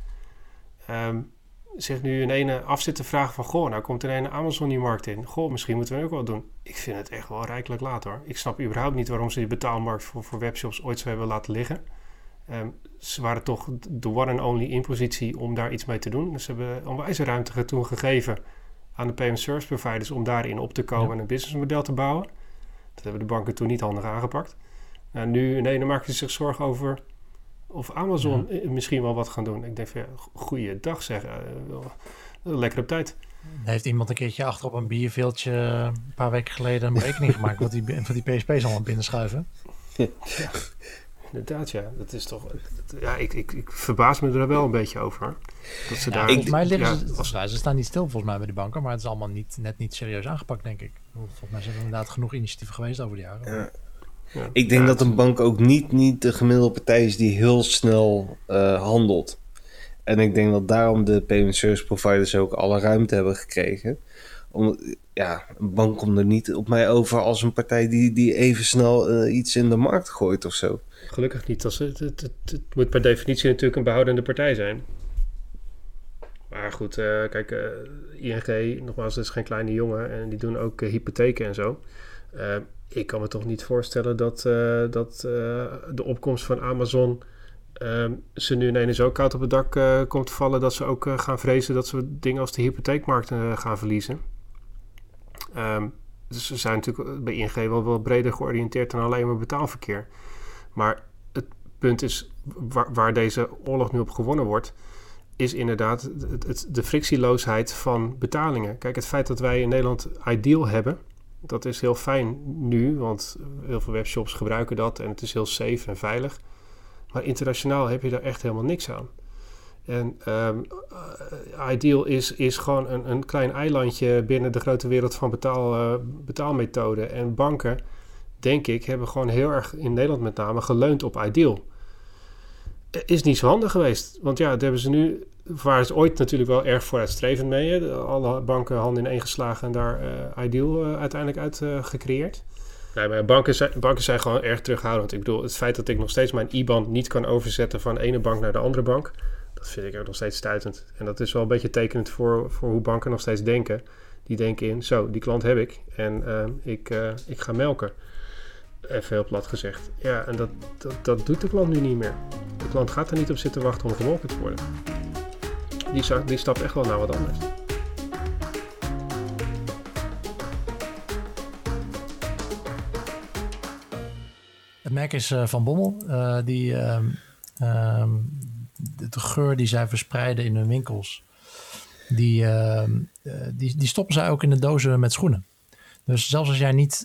zich nu in ene af zit te vragen van, nou komt er een Amazon die markt in. Misschien moeten we ook wel doen. Ik vind het echt wel rijkelijk laat, hoor. Ik snap überhaupt niet waarom ze die betaalmarkt voor webshops ooit zo hebben laten liggen. Ze waren toch de one and only in positie om daar iets mee te doen. Dus ze hebben onwijze ruimte toen gegeven aan de payment service providers om daarin op te komen en een businessmodel te bouwen. Dat hebben de banken toen niet handig aangepakt. Nu in de ene maken ze zich zorgen over of Amazon misschien wel wat gaan doen. Ik denk van, goeiedag zeg, lekker op tijd. Heeft iemand een keertje achter op een bierveeltje een paar weken geleden een berekening gemaakt wat die PSP's allemaal binnenschuiven? Ja. Inderdaad, ja. Dat is toch... Ja, ik verbaas me er wel een beetje over. Dat ze daar... Volgens mij liggen ze staan niet stil volgens mij bij de banken, maar het is allemaal net niet serieus aangepakt, denk ik. Volgens mij zijn er inderdaad genoeg initiatieven geweest over de jaren. Ja. Ik denk dat een bank ook niet de gemiddelde partij is die heel snel handelt. En ik denk dat daarom de payment service providers ook alle ruimte hebben gekregen. Een bank komt er niet op mij over als een partij die even snel iets in de markt gooit of zo. Gelukkig niet. Het moet per definitie natuurlijk een behoudende partij zijn. Maar goed, ING, nogmaals, dat is geen kleine jongen. En die doen ook hypotheken en zo. Ik kan me toch niet voorstellen dat de opkomst van Amazon ze nu ineens zo koud op het dak komt vallen dat ze ook gaan vrezen dat ze dingen als de hypotheekmarkt gaan verliezen. Dus ze zijn natuurlijk bij ING wel breder georiënteerd dan alleen maar betaalverkeer. Maar het punt is, waar deze oorlog nu op gewonnen wordt, is inderdaad de frictieloosheid van betalingen. Kijk, het feit dat wij in Nederland Ideal hebben, dat is heel fijn nu, want heel veel webshops gebruiken dat en het is heel safe en veilig. Maar internationaal heb je daar echt helemaal niks aan. En Ideal is gewoon een klein eilandje binnen de grote wereld van betaalmethoden. En banken, denk ik, hebben gewoon heel erg in Nederland met name geleund op Ideal. Is niet zo handig geweest. Want ja, dat hebben ze nu, waren ze ooit natuurlijk wel erg vooruitstrevend mee. Hè? Alle banken handen in één geslagen en daar Ideal uiteindelijk uit gecreëerd. Nee, maar banken zijn gewoon erg terughoudend. Ik bedoel, het feit dat ik nog steeds mijn IBAN niet kan overzetten van de ene bank naar de andere bank, dat vind ik ook nog steeds stuitend. En dat is wel een beetje tekenend voor hoe banken nog steeds denken. Die denken in, die klant heb ik en ik ga melken. Even heel plat gezegd. Ja, en dat doet de klant nu niet meer. De klant gaat er niet op zitten wachten om gemolken te worden. Die stapt echt wel naar wat anders. Het merk is Van Bommel. De geur die zij verspreiden in hun winkels, die stoppen zij ook in de dozen met schoenen. Dus zelfs als jij niet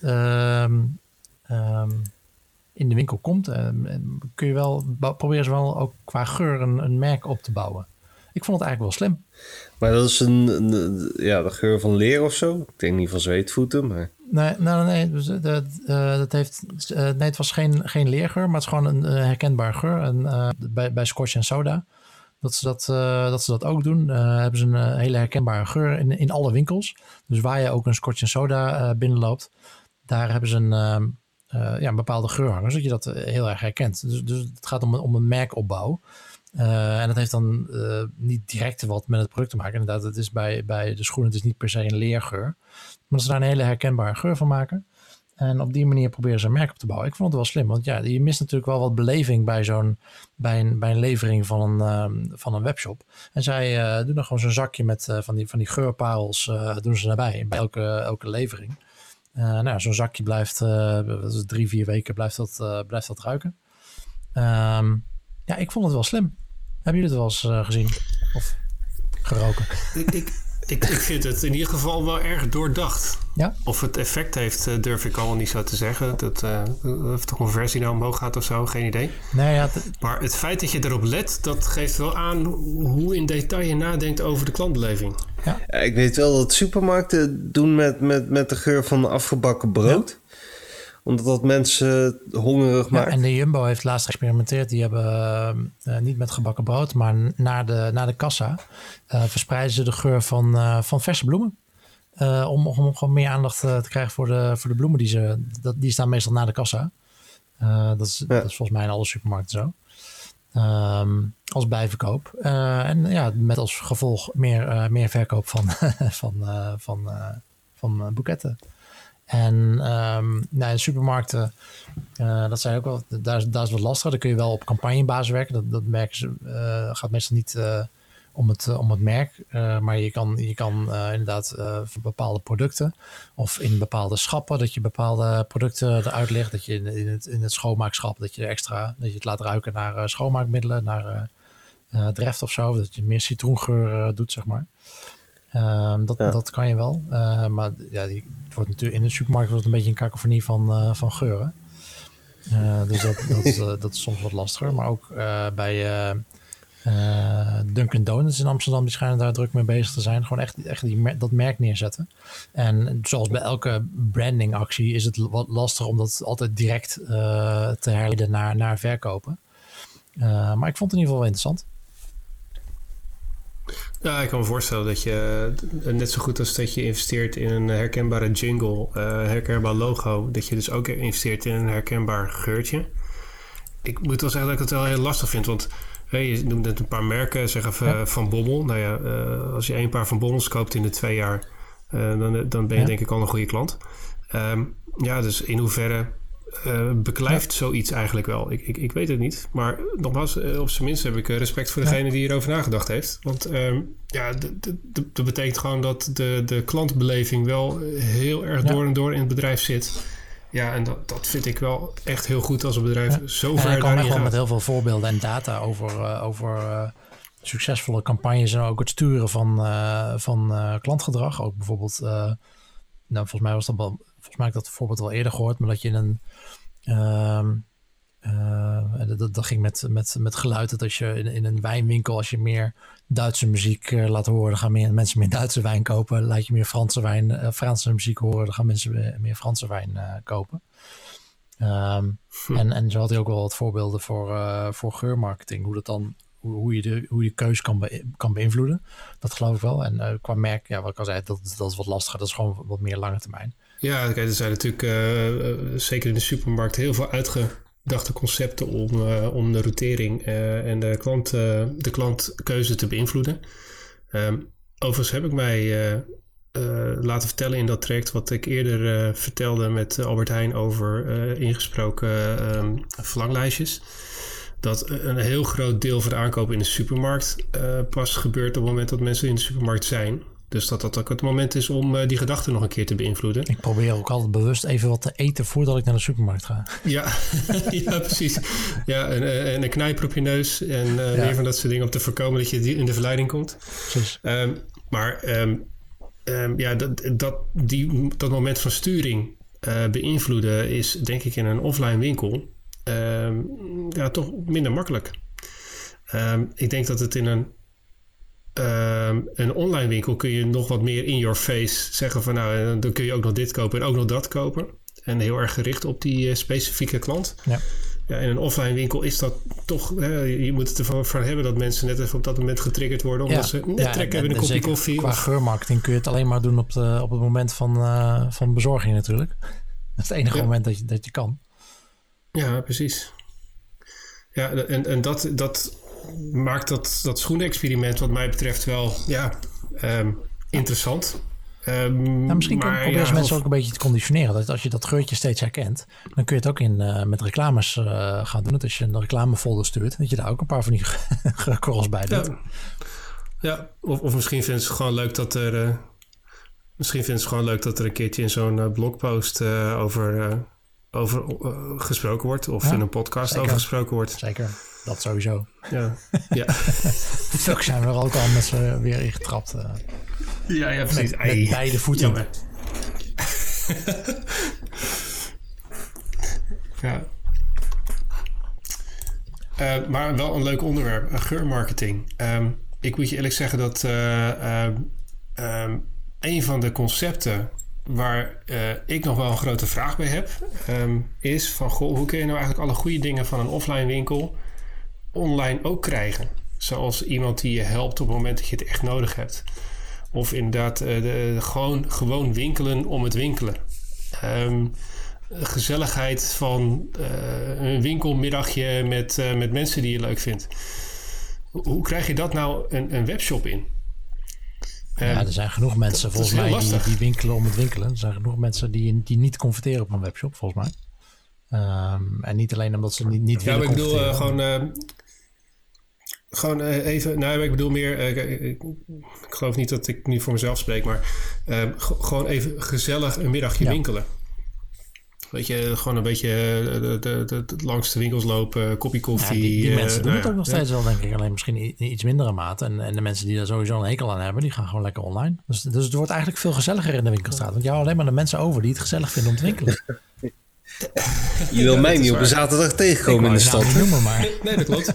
in de winkel komt, kun je wel proberen ze wel ook qua geur een merk op te bouwen. Ik vond het eigenlijk wel slim. Maar dat is de geur van leer of zo? Ik denk niet van zweetvoeten, maar... Nee. Dus, het was geen leergeur, maar het is gewoon een herkenbare geur. En, bij Scotch en Soda, dat ze dat ook doen, hebben ze een hele herkenbare geur in alle winkels. Dus waar je ook een Scotch en Soda binnenloopt, daar hebben ze een bepaalde geur hangen, zodat je dat heel erg herkent. Dus het gaat om een merkopbouw. En dat heeft dan niet direct wat met het product te maken. Inderdaad, het is bij de schoenen, het is niet per se een leergeur. Maar dat ze daar een hele herkenbare geur van maken. En op die manier proberen ze een merk op te bouwen. Ik vond het wel slim, want ja, je mist natuurlijk wel wat beleving bij een levering van een webshop. En zij doen er gewoon zo'n zakje met van die geurparels doen ze erbij bij elke levering. Zo'n zakje blijft 3-4 weken blijft dat ruiken. Ik vond het wel slim. Hebben jullie het wel eens gezien? Of geroken? Ik vind het in ieder geval wel erg doordacht. Ja? Of het effect heeft, durf ik allemaal niet zo te zeggen. Dat de conversie nou omhoog gaat of zo, geen idee. Nee, ja, maar het feit dat je erop let, dat geeft wel aan hoe in detail je nadenkt over de klantbeleving. Ja. Ja, ik weet wel dat supermarkten doen met de geur van afgebakken brood. Ja. Omdat dat mensen hongerig maakt. En de Jumbo heeft laatst geëxperimenteerd. Die hebben niet met gebakken brood, maar na de kassa verspreiden ze de geur van verse bloemen. Om gewoon meer aandacht te krijgen voor de bloemen die staan meestal na de kassa. Dat is volgens mij in alle supermarkten zo. Als bijverkoop. Met als gevolg meer verkoop van boeketten. En de supermarkten, dat zijn ook wel, daar is wat lastiger. Daar kun je wel op campagnebasis werken. Dat merken ze, gaat meestal niet om het merk. Maar je kan inderdaad voor bepaalde producten of in bepaalde schappen, dat je bepaalde producten eruit legt. Dat je in het schoonmaakschap, dat je het laat ruiken naar schoonmaakmiddelen, naar Dreft of zo. Dat je meer citroengeur doet, zeg maar. Dat kan je wel. Maar ja, het wordt natuurlijk in de supermarkt wordt het een beetje een kakofonie van geuren. Dus dat is soms wat lastiger. Maar ook bij Dunkin' Donuts in Amsterdam, die schijnen daar druk mee bezig te zijn. Gewoon echt dat merk neerzetten. En zoals bij elke brandingactie is het wat lastig om dat altijd direct te herleiden naar verkopen. Maar ik vond het in ieder geval wel interessant. Ja, ik kan me voorstellen dat je net zo goed als dat je investeert in een herkenbare jingle, herkenbaar logo, dat je dus ook investeert in een herkenbaar geurtje. Ik moet wel zeggen dat ik het wel heel lastig vind, want je noemt net een paar merken, zeg even Van Bommel. Nou ja, als je een paar Van Bommels koopt in de 2 jaar, dan ben je denk ik al een goede klant. Dus in hoeverre beklijft zoiets eigenlijk wel? Ik weet het niet. Maar nogmaals, op zijn minst heb ik respect voor degene die hierover nagedacht heeft. Want dat betekent gewoon dat de klantbeleving wel heel erg door en door in het bedrijf zit. Ja, en dat vind ik wel echt heel goed als een bedrijf zo ver daarin gaat. En gewoon met heel veel voorbeelden en data over succesvolle campagnes en ook het sturen van klantgedrag. Ook bijvoorbeeld, volgens mij heb ik dat voorbeeld wel eerder gehoord, maar dat je in dat ging met geluid, dat als je in een wijnwinkel, als je meer Duitse muziek laat horen, dan gaan mensen meer Duitse wijn kopen. Laat je meer Franse muziek horen, dan gaan mensen meer Franse wijn kopen. En zo had hij ook wel wat voorbeelden voor geurmarketing, hoe je keus kan beïnvloeden. Dat geloof ik wel. En qua merk, wat ik al zei, dat is wat lastiger. Dat is gewoon wat meer lange termijn. Ja, kijk, er zijn natuurlijk zeker in de supermarkt heel veel uitgedachte concepten om de routering en de klantkeuze te beïnvloeden. Overigens heb ik mij laten vertellen in dat traject wat ik eerder vertelde met Albert Heijn over ingesproken verlanglijstjes. Dat een heel groot deel van de aankopen in de supermarkt pas gebeurt op het moment dat mensen in de supermarkt zijn. Dus dat ook het moment is om die gedachten nog een keer te beïnvloeden. Ik probeer ook altijd bewust even wat te eten voordat ik naar de supermarkt ga. Ja, ja precies. Ja, en een knijper op je neus en meer van dat soort dingen om te voorkomen dat je in de verleiding komt. Precies. Dat moment van sturing beïnvloeden is denk ik in een offline winkel toch minder makkelijk. Ik denk dat het in een online winkel kun je nog wat meer in your face zeggen van nou, dan kun je ook nog dit kopen en ook nog dat kopen. En heel erg gericht op die specifieke klant. Ja. Ja, in een offline winkel is dat toch... je moet het ervan hebben dat mensen net even op dat moment getriggerd worden. Omdat ze net trek hebben een kopje koffie. Qua geurmarketing kun je het alleen maar doen op het moment van bezorging natuurlijk. Dat is het enige moment dat je kan. Ja, precies. Ja, en dat maakt dat schoenexperiment wat mij betreft wel interessant. Misschien proberen ze mensen ook een beetje te conditioneren. Dat als je dat geurtje steeds herkent, dan kun je het ook met reclames gaan doen. Dat als je een reclamefolder stuurt, dat je daar ook een paar van die geurkorrels bij doet. Ja, of misschien vinden ze gewoon leuk dat er... een keertje in zo'n blogpost over gesproken wordt. Of in een podcast zeker. Over gesproken wordt. Zeker, dat sowieso. Ja. Ook zijn we er ook al met z'n weer ingetrapt. Ja, precies. Met beide voeten. Jammer. Ja. Maar wel een leuk onderwerp. Geurmarketing. Ik moet je eerlijk zeggen dat een van de concepten waar ik nog wel een grote vraag bij heb, is van hoe kun je nou eigenlijk alle goede dingen van een offline winkel online ook krijgen? Zoals iemand die je helpt op het moment dat je het echt nodig hebt. Of inderdaad gewoon winkelen om het winkelen. Gezelligheid van een winkelmiddagje met mensen die je leuk vindt. Hoe krijg je dat nou een webshop in? Er zijn genoeg mensen volgens mij die winkelen om het winkelen. Er zijn genoeg mensen die niet converteren op een webshop, volgens mij. En niet alleen omdat ze niet willen converteren. Ja, maar ik bedoel gewoon even... Nou, ik bedoel meer... ik geloof niet dat ik nu voor mezelf spreek, maar gewoon even gezellig een middagje winkelen. Weet je, gewoon een beetje langs de winkels lopen, kopje koffie. Ja, die mensen doen het ook nog steeds wel, denk ik. Alleen misschien in iets mindere mate. En de mensen die daar sowieso een hekel aan hebben, die gaan gewoon lekker online. Dus het wordt eigenlijk veel gezelliger in de winkelstraat. Want je houdt alleen maar de mensen over die het gezellig vinden om te winkelen. Je wil mij niet op een zaterdag tegenkomen in de stad. Niet noemen, maar. Nee, dat klopt.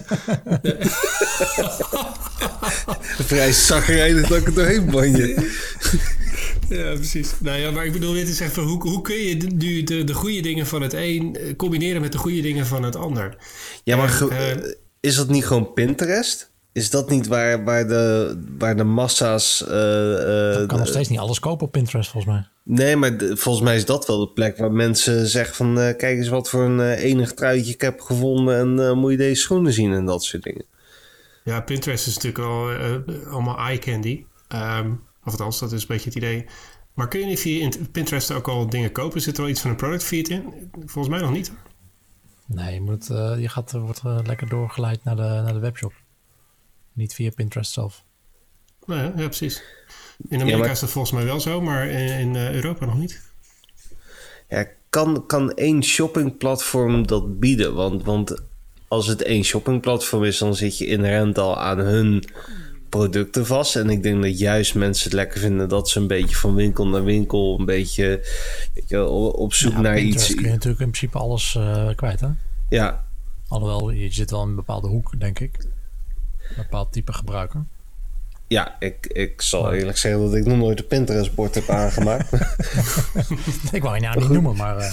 Vrij zagrijnig dat ik het doorheen banje. Ja, precies. Nou ja, maar ik bedoel, dit is echt van hoe kun je nu de goede dingen van het een combineren met de goede dingen van het ander? Ja, maar is dat niet gewoon Pinterest? Is dat niet waar de massa's... Je kan nog steeds niet alles kopen op Pinterest, volgens mij. Nee, maar volgens mij is dat wel de plek waar mensen zeggen van... kijk eens wat voor een enig truitje ik heb gevonden... en moet je deze schoenen zien en dat soort dingen. Ja, Pinterest is natuurlijk al allemaal eye candy. Of althans, dat is een beetje het idee. Maar kun je niet via Pinterest ook al dingen kopen? Zit er al iets van een product feed in? Volgens mij nog niet. Nee, je wordt lekker doorgeleid naar de webshop. Niet via Pinterest zelf. Nou ja, precies. In Amerika is dat volgens mij wel zo, maar in Europa nog niet. Ja, kan één shoppingplatform dat bieden? Want als het één shoppingplatform is, dan zit je inherent al aan hun producten vast. En ik denk dat juist mensen het lekker vinden dat ze een beetje van winkel naar winkel een beetje op zoek naar Pinterest iets. Kun je natuurlijk in principe alles kwijt, hè? Ja. Alhoewel, je zit wel in een bepaalde hoek, denk ik. Een bepaald type gebruiker. Ja, ik zal eerlijk zeggen dat ik nog nooit een Pinterest-bord heb aangemaakt. Ik wou je nou niet noemen, maar...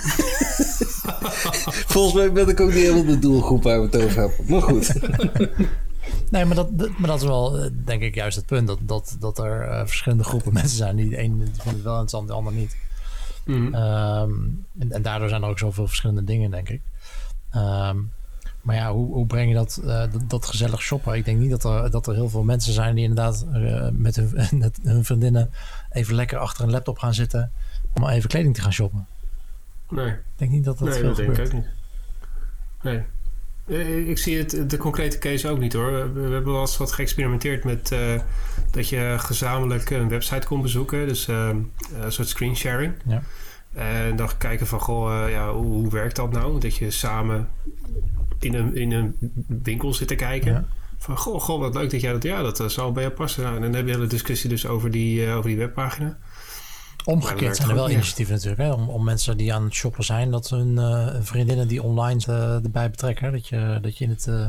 Volgens mij ben ik ook niet helemaal de doelgroep waar we het over hebben. Maar goed. Nee, maar dat is wel, denk ik, juist het punt. Dat er verschillende groepen mensen zijn. Die de een vindt het wel interessant, de ander niet. Mm-hmm. En daardoor zijn er ook zoveel verschillende dingen, denk ik. Maar ja, hoe breng je dat gezellig shoppen? Ik denk niet dat er heel veel mensen zijn die inderdaad met hun vriendinnen even lekker achter een laptop gaan zitten om even kleding te gaan shoppen. Nee. Ik denk niet dat veel dat gebeurt. denk ik ook niet. Nee. Ik zie de concrete case ook niet hoor. We hebben wel eens wat geëxperimenteerd met dat je gezamenlijk een website kon bezoeken. Dus een soort screensharing. Ja. En dan kijken van, hoe werkt dat nou? Dat je samen in een winkel zit te kijken. Ja. Van, wat leuk dat jij dat... Ja, dat zal bij jou passen. Nou, en dan heb je een hele discussie dus over die webpagina. Omgekeerd zijn er wel initiatieven natuurlijk. Hè? Om mensen die aan het shoppen zijn... dat hun vriendinnen die online erbij betrekken. Dat je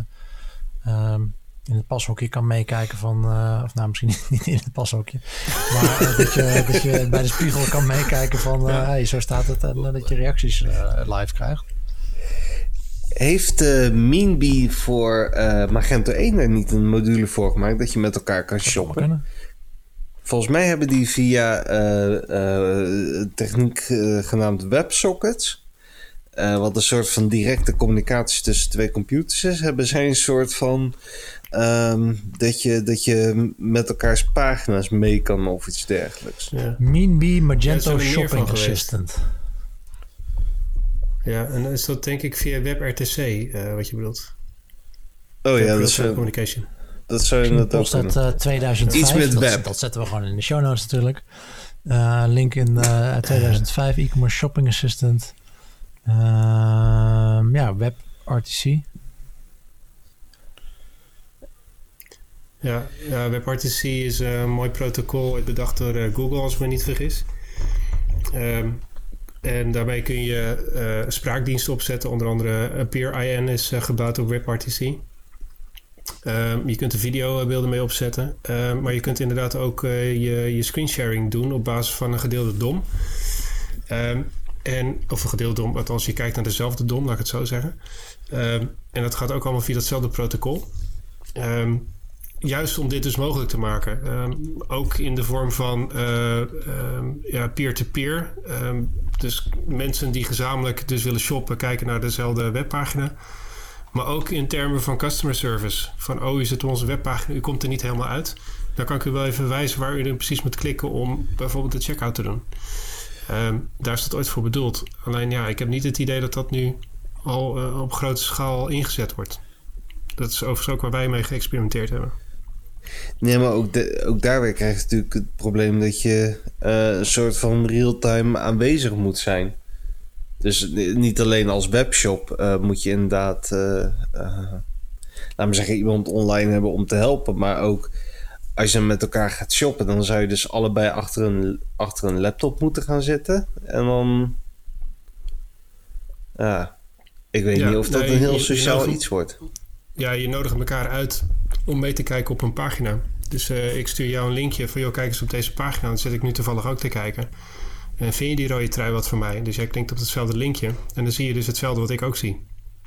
in het pashokje kan meekijken van... of nou, misschien niet in het pashokje. Maar dat je bij de spiegel kan meekijken van... hey, zo staat het. En dat je reacties live krijgt. Heeft Meanbee voor Magento 1 er niet een module voor gemaakt... dat je met elkaar kan shoppen? Volgens mij hebben die via techniek genaamd WebSockets... wat een soort van directe communicatie tussen twee computers is... hebben zij een soort van... dat je met elkaars pagina's mee kan of iets dergelijks. Ja. Meanbee Magento Shopping Assistant. Ja, en dan is dat denk ik via WebRTC wat je bedoelt. Oh ja, dat is communication. Dat zou je dat ook kunnen. Dat 2005. Iets met web. Dat zetten we gewoon in de show notes natuurlijk. Link in 2005 e-commerce shopping assistant. WebRTC. Ja, WebRTC is een mooi protocol bedacht door Google, als ik me niet vergis. En daarbij kun je spraakdiensten opzetten. Onder andere AppearIN is gebouwd op WebRTC. Je kunt er videobeelden mee opzetten. Maar je kunt inderdaad ook je screensharing doen op basis van een gedeelde DOM. Of een gedeelde DOM, althans je kijkt naar dezelfde DOM, laat ik het zo zeggen. En dat gaat ook allemaal via datzelfde protocol. Juist om dit dus mogelijk te maken. Ook in de vorm van peer-to-peer. Dus mensen die gezamenlijk dus willen shoppen, kijken naar dezelfde webpagina. Maar ook in termen van customer service. Van, u zit op onze webpagina, u komt er niet helemaal uit. Dan kan ik u wel even wijzen waar u dan precies moet klikken om bijvoorbeeld de checkout te doen. Daar is het ooit voor bedoeld. Alleen ik heb niet het idee dat dat nu al op grote schaal ingezet wordt. Dat is overigens ook waar wij mee geëxperimenteerd hebben. Nee, maar ook daarbij krijg je natuurlijk het probleem dat je een soort van real-time aanwezig moet zijn. Dus niet alleen als webshop moet je inderdaad, laten we zeggen, iemand online hebben om te helpen. Maar ook als je met elkaar gaat shoppen, dan zou je dus allebei achter een laptop moeten gaan zitten. En dan, ik weet niet of dat een heel sociaal iets wordt. Ja, je nodigt elkaar uit om mee te kijken op een pagina. Dus ik stuur jou een linkje van, kijk eens op deze pagina. Dan zit ik nu toevallig ook te kijken. En vind je die rode trui wat voor mij? Dus jij klikt op hetzelfde linkje. En dan zie je dus hetzelfde wat ik ook zie.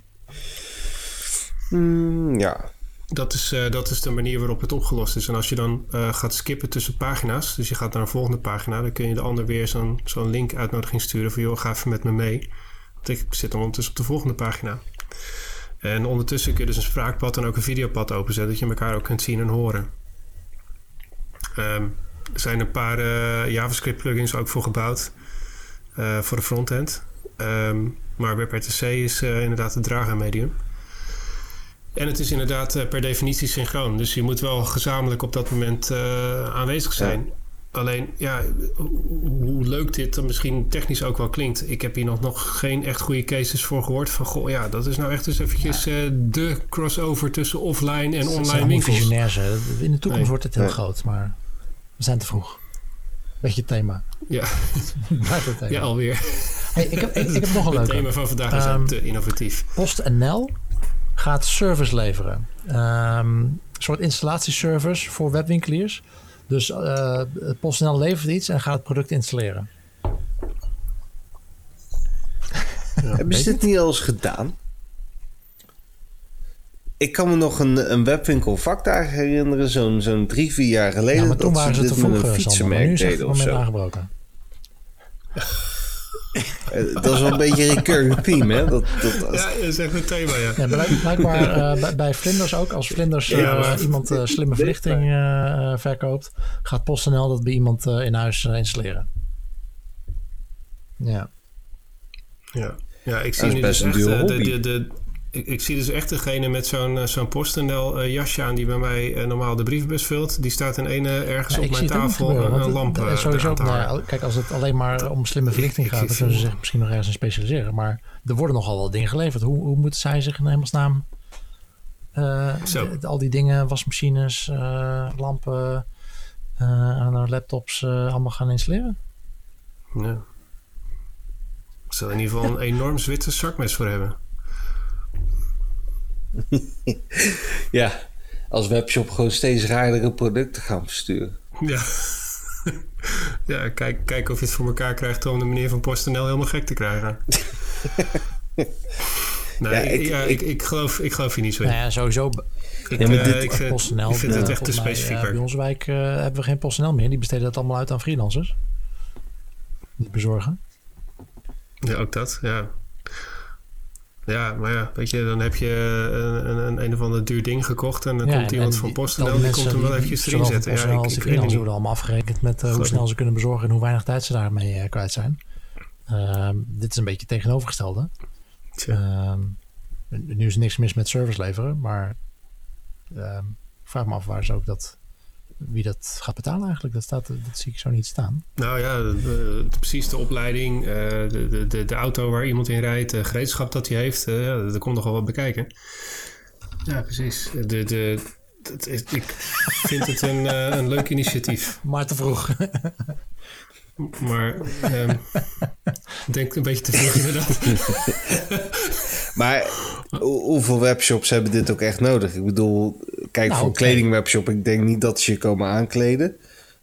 Ja. Dat is de manier waarop het opgelost is. En als je dan gaat skippen tussen pagina's... dus je gaat naar een volgende pagina... dan kun je de ander weer zo'n link-uitnodiging sturen... van ga even met me mee. Want ik zit dan ondertussen op de volgende pagina. En ondertussen kun je dus een spraakpad... en ook een videopad openzetten... dat je elkaar ook kunt zien en horen. Er zijn een paar JavaScript plugins ook voor gebouwd. Voor de frontend. Maar WebRTC is inderdaad het dragermedium. En het is inderdaad per definitie synchroon. Dus je moet wel gezamenlijk op dat moment aanwezig zijn. Ja. Alleen, hoe leuk dit dan misschien technisch ook wel klinkt. Ik heb hier nog geen echt goede cases voor gehoord. Van, dat is nou echt eens eventjes de crossover tussen offline en online winkels. Visionair. In de toekomst wordt het heel groot, maar we zijn te vroeg. Beetje thema. Ja, het thema. Ja, alweer. Hey, ik heb nog een leuke. Het thema van vandaag is te innovatief. PostNL gaat service leveren. Een soort installatieservice voor webwinkeliers. Dus PostNL levert iets en gaat het product installeren. Hebben ze dit niet al eens gedaan? Ik kan me nog een webwinkel vakdagen herinneren, zo'n 3-4 jaar geleden. Ja, maar toen waren ze te vroeg, een fietsenmerk nu is het deden of zo. aangebroken. Dat is wel een beetje een recurring theme, hè? Dat Ja, dat is echt een thema, ja. Ja, blijkbaar bij Vlinders ook. Als Vlinders iemand slimme verlichting verkoopt, gaat PostNL dat bij iemand in huis installeren. Ja. Ja, ik zie nu dus echt ik zie dus echt degene met zo'n PostNL jasje aan die bij mij normaal de brievenbus vult. Die staat ergens op mijn tafel een lamp sowieso. Kijk, als het alleen maar om slimme verlichting gaat, dan kunnen ze zich misschien nog ergens in specialiseren. Maar er worden nogal wel dingen geleverd. Hoe moeten zij zich in hemelsnaam al die dingen, wasmachines, lampen, laptops allemaal gaan installeren? Ja. Ik zal in ieder geval een enorm Zwitser zakmes voor hebben. Ja, als webshop gewoon steeds raardere producten gaan versturen. Ja. Ja, kijk of je het voor elkaar krijgt om de meneer van PostNL helemaal gek te krijgen. Nee, ik geloof je niet zo in. Nou ja, sowieso. PostNL, ik vind het echt te specifiek. Bij onze wijk hebben we geen PostNL meer. Die besteden dat allemaal uit aan freelancers. Die bezorgen. Ja, ook dat, ja. Ja, maar ja, weet je, dan heb je een of ander duur ding gekocht en dan komt iemand van PostNL die komt hem wel eventjes erin zetten. Ja, als die freelancers worden allemaal afgerekend met hoe snel ze kunnen bezorgen en hoe weinig tijd ze daarmee kwijt zijn. Dit is een beetje het tegenovergestelde. Nu is niks mis met service leveren, maar ik vraag me af waar ze ook wie dat gaat betalen eigenlijk. Dat zie ik zo niet staan. Nou ja, precies de opleiding, de auto waar iemand in rijdt, de gereedschap dat hij heeft, daar komt nogal wat bekijken. Ja, precies. Ik vind het een leuk initiatief. Maar te vroeg. Maar ik denk een beetje te vroeg inderdaad. Maar hoeveel webshops hebben dit ook echt nodig? Ik bedoel, kijk, voor een kledingwebshop, ik denk niet dat ze je komen aankleden.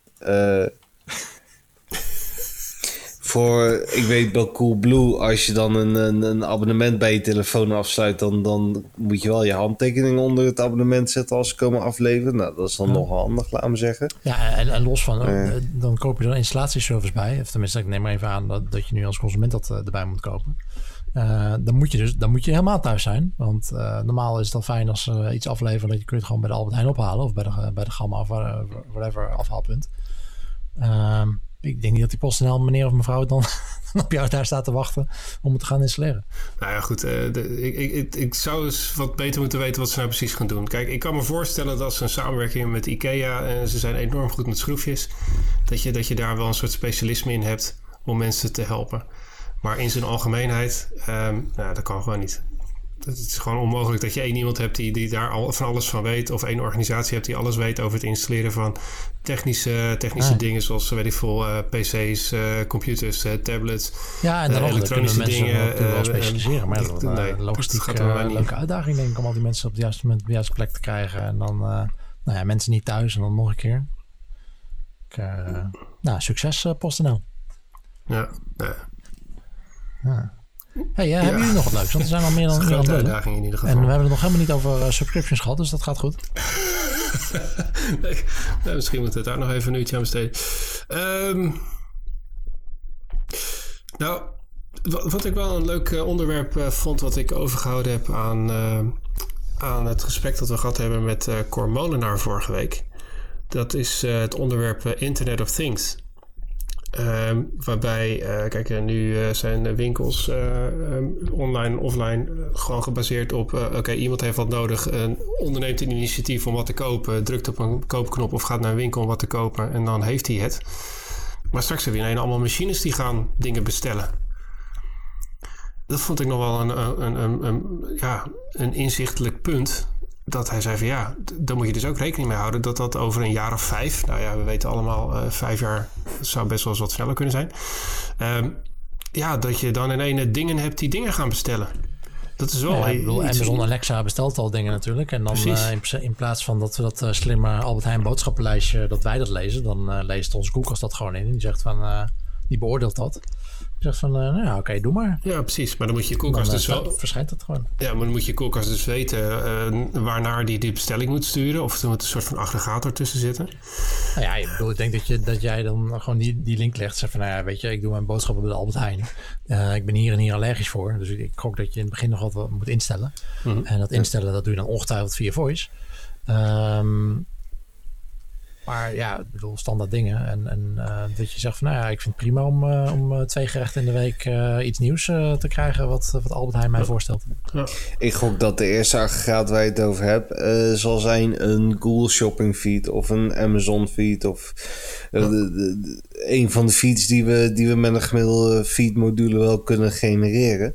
Ik weet bij Coolblue, als je dan een abonnement bij je telefoon afsluit, dan moet je wel je handtekening onder het abonnement zetten als ze komen afleveren. Nou, dat is dan nogal handig, laat me zeggen. Ja, en los van, dan koop je er een installatieservice bij. Of tenminste, ik neem maar even aan dat je nu als consument dat erbij moet kopen. Dan moet je helemaal thuis zijn. Want normaal is het dan fijn als ze iets afleveren, dat je kunt het gewoon bij de Albert Heijn ophalen. Of bij de Gamma of whatever afhaalpunt. Ik denk niet dat die PostNL meneer of mevrouw dan op jou daar staat te wachten om het te gaan installeren. Nou ja, goed. Ik zou eens wat beter moeten weten wat ze nou precies gaan doen. Kijk, ik kan me voorstellen dat ze een samenwerking hebben met IKEA en ze zijn enorm goed met schroefjes. Dat je daar wel een soort specialisme in hebt om mensen te helpen. Maar in zijn algemeenheid, dat kan gewoon niet. Het is gewoon onmogelijk dat je één iemand hebt die daar van alles van weet. Of één organisatie hebt die alles weet over het installeren van technische dingen. Zoals, weet ik veel, PC's, computers, tablets. Ja, en dan elektronische dingen. Kunnen wel specialiseren. Maar dat is logistiek een leuke uitdaging, denk ik, om al die mensen op het juiste moment op de juiste plek te krijgen. En dan mensen niet thuis en dan nog een keer. Succes PostNL. Ja. Hey, hebben jullie nog wat leuks? Want er zijn al meer dan een grote uitdaging in ieder geval. En we hebben het nog helemaal niet over subscriptions gehad, dus dat gaat goed. Nee, misschien moeten we daar nog even een uurtje aan besteden. Wat ik wel een leuk onderwerp vond, wat ik overgehouden heb aan het gesprek dat we gehad hebben met Cor Molenaar vorige week. Dat is het onderwerp Internet of Things. Waarbij, nu zijn winkels online en offline gewoon gebaseerd op... iemand heeft wat nodig, onderneemt een initiatief om wat te kopen... drukt op een koopknop of gaat naar een winkel om wat te kopen... en dan heeft hij het. Maar straks hebben we allemaal machines die gaan dingen bestellen. Dat vond ik nog wel een inzichtelijk punt... Dat hij zei van daar moet je dus ook rekening mee houden... dat over een jaar of 5... we weten allemaal 5 jaar zou best wel eens wat sneller kunnen zijn... dat je dan in ene dingen hebt die dingen gaan bestellen. Dat is wel... Amazon Alexa bestelt al dingen natuurlijk... en dan in plaats van dat we dat slimme Albert Heijn boodschappenlijstje... dat wij dat lezen, dan leest onze koelkast dat gewoon in... en die zegt van, die beoordeelt dat... Je zegt van, nou ja, oké, doe maar. Ja, precies. Maar dan moet je koelkast Dan dus wel... verschijnt het gewoon. Ja, maar dan moet je koelkast dus weten waarnaar die bestelling moet sturen. Of er moet een soort van aggregator tussen zitten. Nou ja, ik denk dat jij dan gewoon die link legt. Zeg van, nou ja, weet je, ik doe mijn boodschappen bij de Albert Heijn. Ik ben hier en hier allergisch voor. Dus ik gok dat je in het begin nog wat moet instellen. Mm-hmm. En dat instellen, dat doe je dan ongetwijfeld via voice. Maar ja, ik bedoel, standaard dingen. En dat je zegt van, nou ja, ik vind het prima om 2 gerechten in de week iets nieuws te krijgen wat Albert Heijn mij voorstelt. Ja. Ik gok dat de eerste aggregaat waar je het over hebt zal zijn een Google Shopping feed of een Amazon feed of een van de feeds die we met een gemiddelde feed module wel kunnen genereren.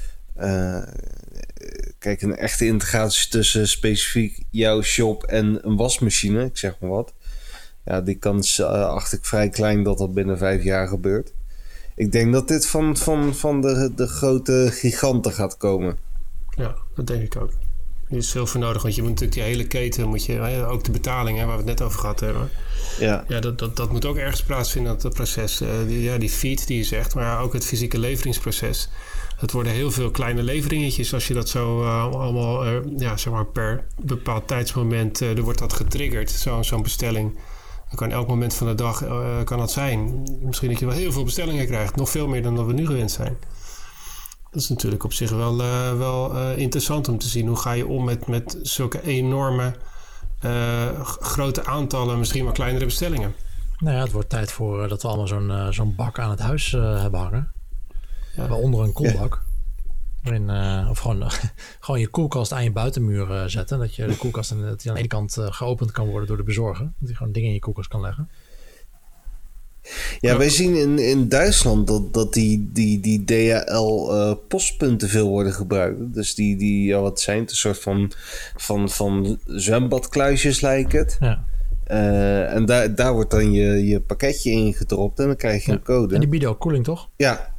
Kijk, een echte integratie tussen specifiek jouw shop en een wasmachine, ik zeg maar wat. Ja, die kans acht ik vrij klein dat dat binnen 5 jaar gebeurt. Ik denk dat dit van de grote giganten gaat komen. Ja, dat denk ik ook. Er is veel voor nodig, want je moet natuurlijk die hele keten, ook de betaling, waar we het net over gehad hebben. Ja, dat moet ook ergens plaatsvinden, dat proces. Die feed die je zegt, maar ook het fysieke leveringsproces. Het worden heel veel kleine leveringetjes als je dat zo allemaal, zeg maar per bepaald tijdsmoment, er wordt dat getriggerd, zo'n bestelling. Dan kan elk moment van de dag kan dat zijn. Misschien dat je wel heel veel bestellingen krijgt, nog veel meer dan dat we nu gewend zijn. Dat is natuurlijk op zich wel interessant om te zien. Hoe ga je om met zulke enorme grote aantallen, misschien wel kleinere bestellingen? Nou ja, het wordt tijd voor dat we allemaal zo'n bak aan het huis hebben hangen. Ja. Waaronder een koelbak. Ja. Of gewoon je koelkast aan je buitenmuur zetten. Dat je de koelkast dat die aan de ene kant geopend kan worden door de bezorger. Dat je gewoon dingen in je koelkast kan leggen. Ja, wij zien in Duitsland dat die DHL postpunten veel worden gebruikt. Dus die wat zijn het? Een soort van zwembadkluisjes lijkt het. Ja. En daar wordt dan je pakketje in gedropt en dan krijg je een code. En die bieden ook koeling, toch? Ja.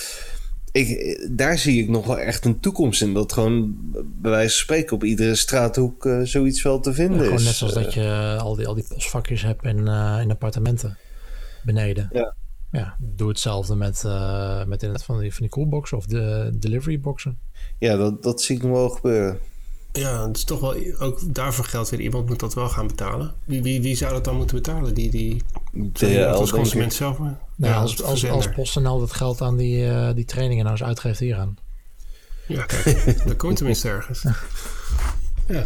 Daar zie ik nog wel echt een toekomst in. Dat gewoon bij wijze van spreken op iedere straathoek zoiets wel te vinden is. Gewoon net zoals dat je al die postvakjes hebt in appartementen beneden. Ja, doe hetzelfde met inderdaad van die coolboxen of de delivery boxen. Ja, dat zie ik nog wel gebeuren. Ja, het is toch wel, ook daarvoor geldt weer, iemand moet dat wel gaan betalen. Wie zou dat dan moeten betalen? Als consument zelf? Als PostNL dat geld aan die trainingen nou eens uitgeeft hieraan. Ja, kijk, dat komt tenminste ergens. Ja.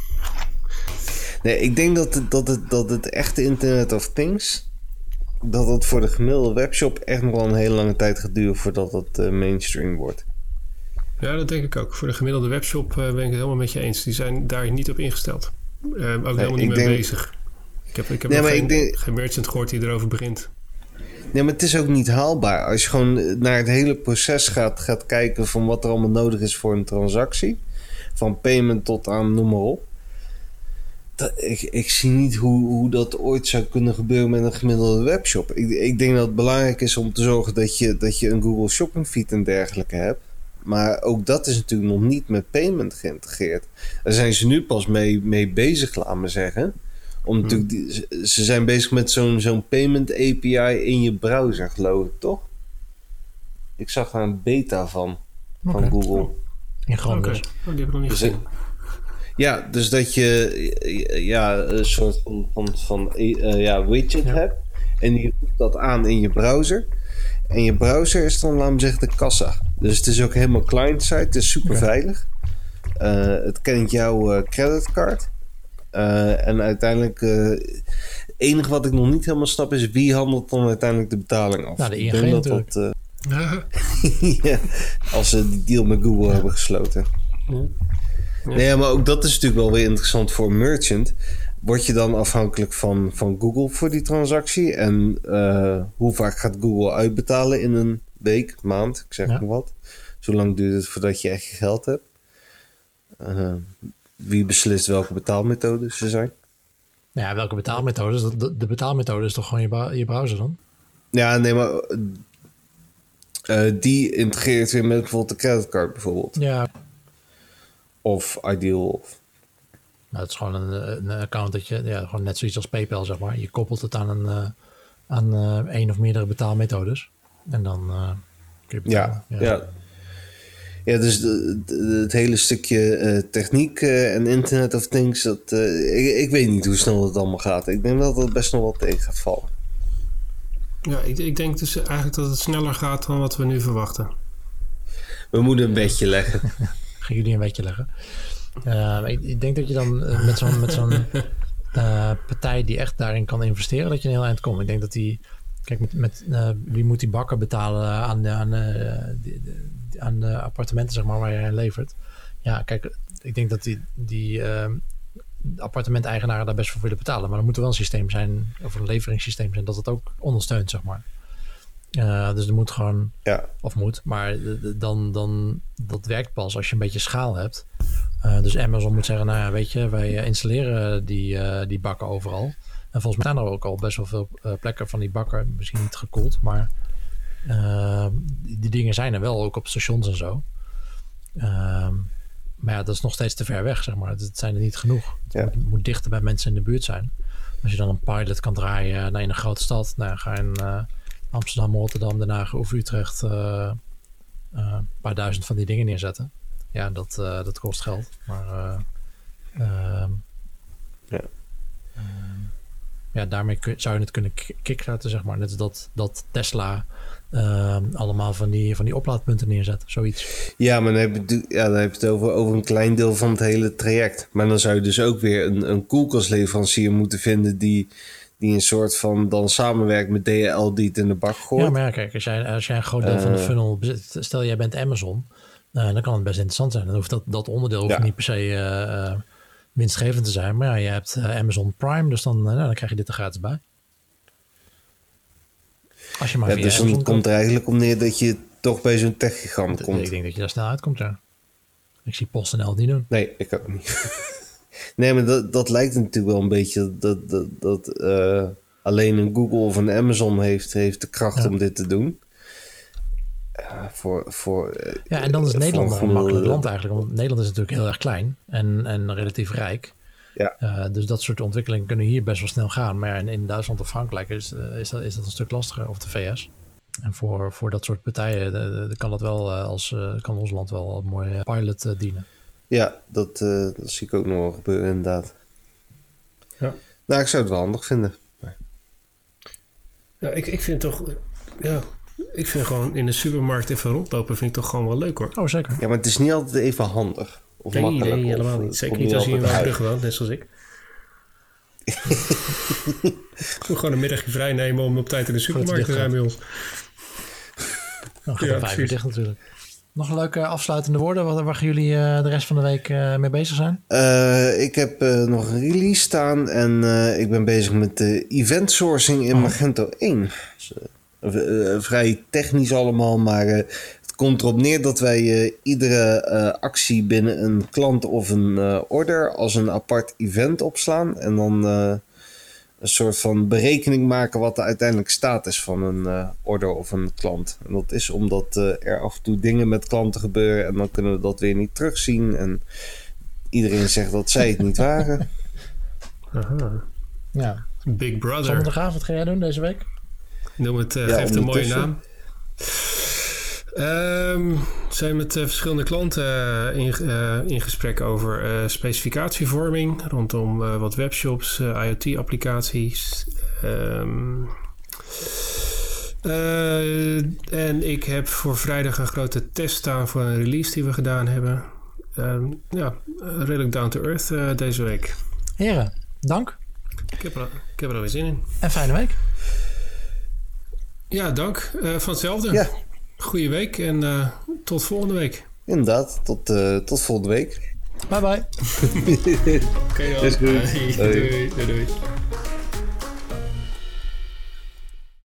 Nee, ik denk dat het echte Internet of Things, dat het voor de gemiddelde webshop echt nog wel een hele lange tijd gaat duren voordat het mainstream wordt. Ja, dat denk ik ook. Voor de gemiddelde webshop ben ik het helemaal met je eens. Die zijn daar niet op ingesteld. Ook helemaal niet mee bezig. Ik heb geen merchant gehoord die erover begint. Nee, maar het is ook niet haalbaar. Als je gewoon naar het hele proces gaat kijken van wat er allemaal nodig is voor een transactie. Van payment tot aan noem maar op. Ik zie niet hoe dat ooit zou kunnen gebeuren met een gemiddelde webshop. Ik denk dat het belangrijk is om te zorgen dat je een Google Shopping feed en dergelijke hebt. Maar ook dat is natuurlijk nog niet met payment geïntegreerd. Daar zijn ze nu pas mee bezig, laat maar zeggen. Ze zijn bezig met zo'n payment API in je browser, geloof ik, toch? Ik zag daar een beta van Google. In Chrome dus. Die heb ik nog niet gezien. Ja, dus dat je een soort van widget hebt. En die voegt dat aan in je browser. En je browser is dan, laten we zeggen, de kassa. Dus het is ook helemaal client-side. Het is super veilig. Het kent jouw creditcard. En uiteindelijk... het enige wat ik nog niet helemaal snap is... wie handelt dan uiteindelijk de betaling af? Nou, de ING natuurlijk. Ja, als ze die deal met Google hebben gesloten. Ja. Nee, maar ook dat is natuurlijk wel weer interessant voor een merchant. Word je dan afhankelijk van Google voor die transactie? En hoe vaak gaat Google uitbetalen in een week, maand, ik zeg maar wat. Zolang duurt het voordat je echt je geld hebt. Wie beslist welke betaalmethodes er zijn? Ja, welke betaalmethodes? De betaalmethode is toch gewoon je browser dan? Ja, nee, maar die integreert weer met bijvoorbeeld de creditcard bijvoorbeeld. Ja. Of Ideal. Nou, het is gewoon een account dat je, gewoon net zoiets als PayPal, zeg maar. Je koppelt het aan een of meerdere betaalmethodes. En dan Ja, dus het hele stukje techniek en Internet of Things, ik weet niet hoe snel het allemaal gaat. Ik denk dat het best nog wel tegen gaat vallen. Ja, ik denk dus eigenlijk dat het sneller gaat dan wat we nu verwachten. We moeten een bedje leggen. Gaan jullie een bedje leggen? Ik denk dat je dan met zo'n partij die echt daarin kan investeren, dat je een heel eind komt. Ik denk dat die... Kijk, wie moet die bakker betalen aan de appartementen, zeg maar, waar je levert? Ja, kijk, ik denk dat die appartementeigenaren daar best voor willen betalen. Maar er moet er wel een systeem zijn, of een leveringssysteem zijn, dat het ook ondersteunt, zeg maar. Dus er moet gewoon... Ja. Of moet, maar dan dat werkt pas als je een beetje schaal hebt. Dus Amazon moet zeggen, nou ja, weet je, wij installeren die bakken overal. En volgens mij zijn er ook al best wel veel plekken van die bakken. Misschien niet gekoeld, maar die dingen zijn er wel, ook op stations en zo. Maar ja, dat is nog steeds te ver weg, zeg maar. Het zijn er niet genoeg. Het moet dichter bij mensen in de buurt zijn. Als je dan een pilot kan draaien in een grote stad. Nou, ga in Amsterdam, Rotterdam, Den Haag of Utrecht een paar duizend van die dingen neerzetten. Ja, dat kost geld. Maar daarmee zou je het kunnen kickstarten, zeg maar. Net als dat Tesla allemaal van die oplaadpunten neerzet. Zoiets. Ja, maar dan heb je het over een klein deel van het hele traject. Maar dan zou je dus ook weer een koelkastleverancier moeten vinden die een soort van dan samenwerkt met DHL die het in de bak gooit. Ja, maar ja, kijk, als jij een groot deel van de funnel bezit, stel jij bent Amazon, dan kan het best interessant zijn. Dan hoeft dat onderdeel hoeft niet per se winstgevend te zijn. Maar ja, je hebt Amazon Prime, dus dan krijg je dit er gratis bij. Als je maar via dus dan Amazon komt er eigenlijk om neer dat je toch bij zo'n techgigant komt. Ik denk dat je daar snel uitkomt, ja. Ik zie PostNL het niet doen. Nee, ik ook niet. Nee, maar dat lijkt natuurlijk wel een beetje dat alleen een Google of een Amazon heeft de kracht om dit te doen. En dan is Nederland nog een makkelijk land eigenlijk. Want Nederland is natuurlijk heel erg klein en relatief rijk. Ja. Dus dat soort ontwikkelingen kunnen hier best wel snel gaan. Maar in Duitsland of Frankrijk is dat een stuk lastiger. Of de VS. En voor dat soort partijen kan dat wel kan ons land wel een mooie pilot dienen. Ja, dat zie ik ook nog wel gebeuren inderdaad. Ja. Nou, ik zou het wel handig vinden. Ja, ik vind toch... Ja, ik vind gewoon in de supermarkt even rondlopen vind ik toch gewoon wel leuk, hoor. Oh, zeker. Ja, maar het is niet altijd even handig. Of makkelijk. Nee, helemaal niet. Zeker niet als je in Wouwbrug woont, net zoals ik. Ik moet gewoon een middagje vrij nemen om op tijd in de supermarkt te zijn bij ons. Dan gaat het 5 uur dicht natuurlijk. Nog een leuke afsluitende woorden. Waar gaan jullie de rest van de week mee bezig zijn? Ik heb nog een release staan en ik ben bezig met de event sourcing in Magento 1. Dus, vrij technisch allemaal, maar het komt erop neer dat wij iedere actie binnen een klant of een order als een apart event opslaan en dan een soort van berekening maken wat de uiteindelijk status van een order of een klant. En dat is omdat er af en toe dingen met klanten gebeuren en dan kunnen we dat weer niet terugzien en iedereen zegt dat zij het niet waren. Aha. Ja. Big Brother. Zondag, wat ga jij doen deze week? Noem het, geeft een mooie naam. Zijn met verschillende klanten in gesprek over specificatievorming rondom wat webshops, IoT-applicaties. En ik heb voor vrijdag een grote test staan voor een release die we gedaan hebben. Redelijk down to earth deze week. Heren, dank. Ik heb er alweer zin in. En fijne week. Ja, dank. Van hetzelfde. Ja. Goeie week en tot volgende week. Inderdaad, tot volgende week. Bye bye. Oké, Is goed. doei. Doei.